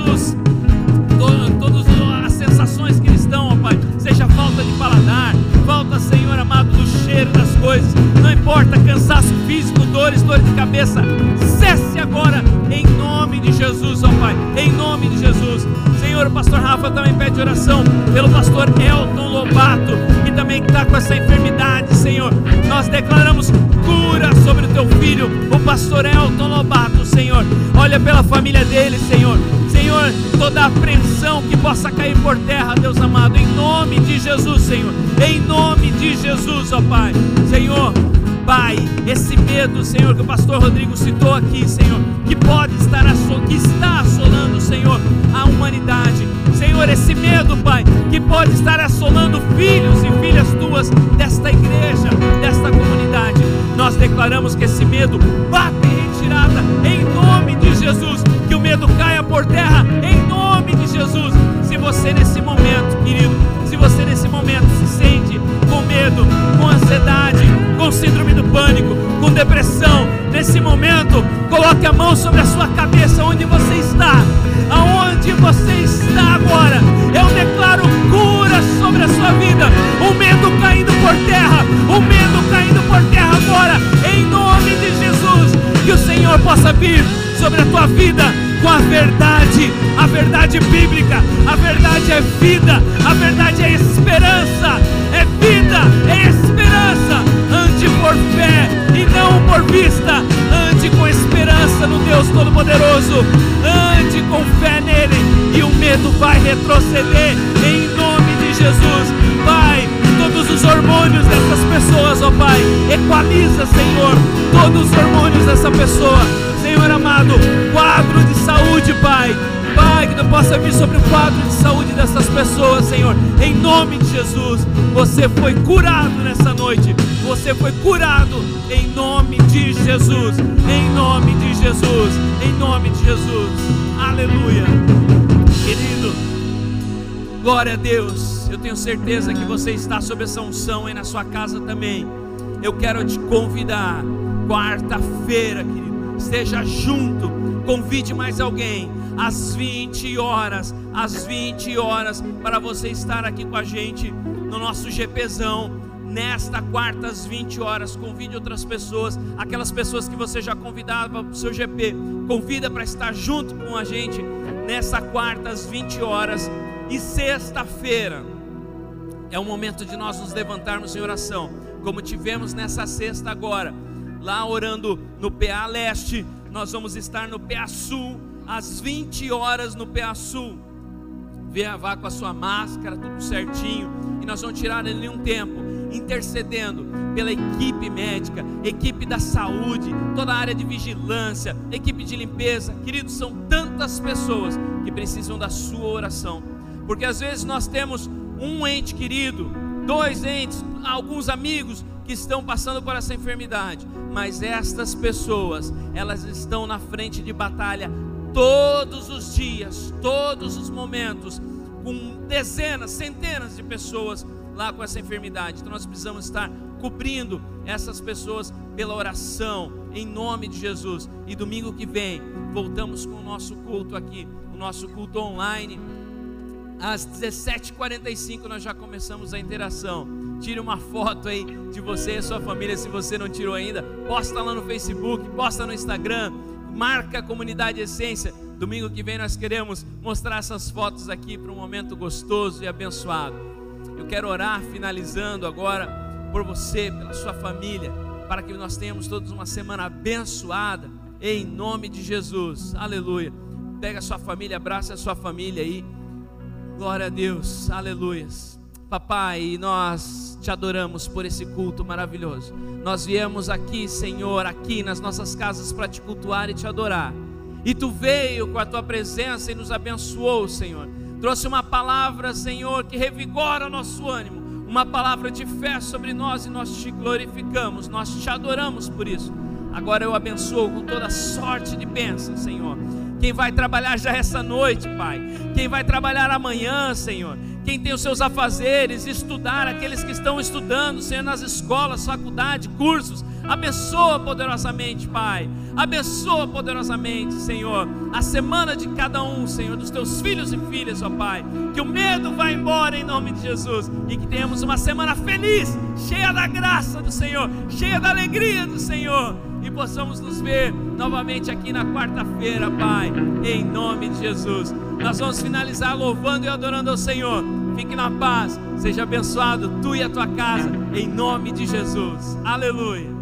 Speaker 4: as sensações que eles estão, ó Pai, seja falta de paladar, falta, Senhor amado, do cheiro das coisas, não importa, cansaço físico, dores de cabeça, cesse agora, em nome de Jesus, ó Pai, em nome de Jesus. Senhor, o pastor Rafa também pede oração pelo pastor Elton Lobato, que também está com essa enfermidade, Senhor. Nós declaramos cura sobre o teu filho, o pastor Elton Lobato, Senhor. Olha pela família dele, Senhor. Senhor, toda apreensão que possa cair por terra, Deus amado, em nome de Jesus, Senhor. Em nome de Jesus, ó Pai. Senhor, Pai, esse medo, Senhor, que o pastor Rodrigo citou aqui, Senhor, que pode estar que está assolando, Senhor, a humanidade. Senhor, esse medo, Pai, que pode estar assolando filhos e filhas tuas desta igreja, desta comunidade. Nós declaramos que esse medo bate em retirada, em nome de Jesus. Que o medo caia por terra, em nome de Jesus. Se você nesse momento, querido, se você nesse momento se sente com medo, com ansiedade, com síndrome do pânico, com depressão, nesse momento, coloque a mão sobre a sua cabeça, onde você está, aonde você está agora. Eu declaro cura sobre a sua vida, o medo caindo por terra, o medo caindo por terra agora, em nome de Jesus. Que o Senhor possa vir sobre a tua vida com a verdade bíblica. A verdade é vida, a verdade é esperança, é vida, é esperança. Ande por fé e não por vista, ande com esperança no Deus Todo-Poderoso, ande com fé nele e o medo vai retroceder em nome de Jesus. Pai, todos os hormônios dessas pessoas, ó Pai, equaliza, Senhor, todos os hormônios dessa pessoa, Senhor amado, quadro de saúde, Pai, que tu possa vir sobre o quadro de saúde dessas pessoas, Senhor, em nome de Jesus. Você foi curado nessa noite, você foi curado em nome de Jesus, em nome de Jesus, em nome de Jesus, aleluia. Querido, glória a Deus. Eu tenho certeza que você está sob essa unção aí na sua casa também. Eu quero te convidar, quarta-feira, querido, esteja junto, convide mais alguém, às 20 horas, para você estar aqui com a gente no nosso GPzão, nesta quarta às 20 horas, convide outras pessoas, aquelas pessoas que você já convidava para o seu GP, convida para estar junto com a gente, nessa quarta às 20 horas, e sexta-feira, é o momento de nós nos levantarmos em oração, como tivemos nessa sexta agora, lá orando no PA Leste, nós vamos estar no PA Sul, às 20 horas no PA Sul. Vá com a sua máscara, tudo certinho, e nós vamos tirar ali um tempo, intercedendo pela equipe médica, equipe da saúde, toda a área de vigilância, equipe de limpeza. Queridos, são tantas pessoas que precisam da sua oração, porque às vezes nós temos um ente querido, 2 entes, alguns amigos que estão passando por essa enfermidade, mas estas pessoas, elas estão na frente de batalha todos os dias, todos os momentos, com dezenas, centenas de pessoas lá com essa enfermidade. Então nós precisamos estar cobrindo essas pessoas pela oração, em nome de Jesus. E domingo que vem voltamos com o nosso culto aqui, o nosso culto online. Às 17h45 nós já começamos a interação. Tire uma foto aí de você e a sua família, se você não tirou ainda, posta lá no Facebook, posta no Instagram, marca a Comunidade Essência. Domingo que vem nós queremos mostrar essas fotos aqui para um momento gostoso e abençoado. Eu quero orar, finalizando agora, por você, pela sua família, para que nós tenhamos todos uma semana abençoada, em nome de Jesus, aleluia. Pega a sua família, abraça a sua família aí, glória a Deus, aleluias. Papai, nós te adoramos por esse culto maravilhoso. Nós viemos aqui, Senhor, aqui nas nossas casas para te cultuar e te adorar. E Tu veio com a Tua presença e nos abençoou, Senhor. Trouxe uma palavra, Senhor, que revigora o nosso ânimo, uma palavra de fé sobre nós, e nós Te glorificamos, nós Te adoramos por isso. Agora eu abençoo com toda sorte de bênção, Senhor. Quem vai trabalhar já essa noite, Pai, quem vai trabalhar amanhã, Senhor, quem tem os seus afazeres, estudar, aqueles que estão estudando, Senhor, nas escolas, faculdade, cursos, abençoa poderosamente, Pai, abençoa poderosamente, Senhor, a semana de cada um, Senhor, dos Teus filhos e filhas, ó Pai, que o medo vá embora em nome de Jesus, e que tenhamos uma semana feliz, cheia da graça do Senhor, cheia da alegria do Senhor, e possamos nos ver novamente aqui na quarta-feira, Pai, em nome de Jesus. Nós vamos finalizar louvando e adorando ao Senhor. Fique na paz, seja abençoado tu e a tua casa, em nome de Jesus. Aleluia.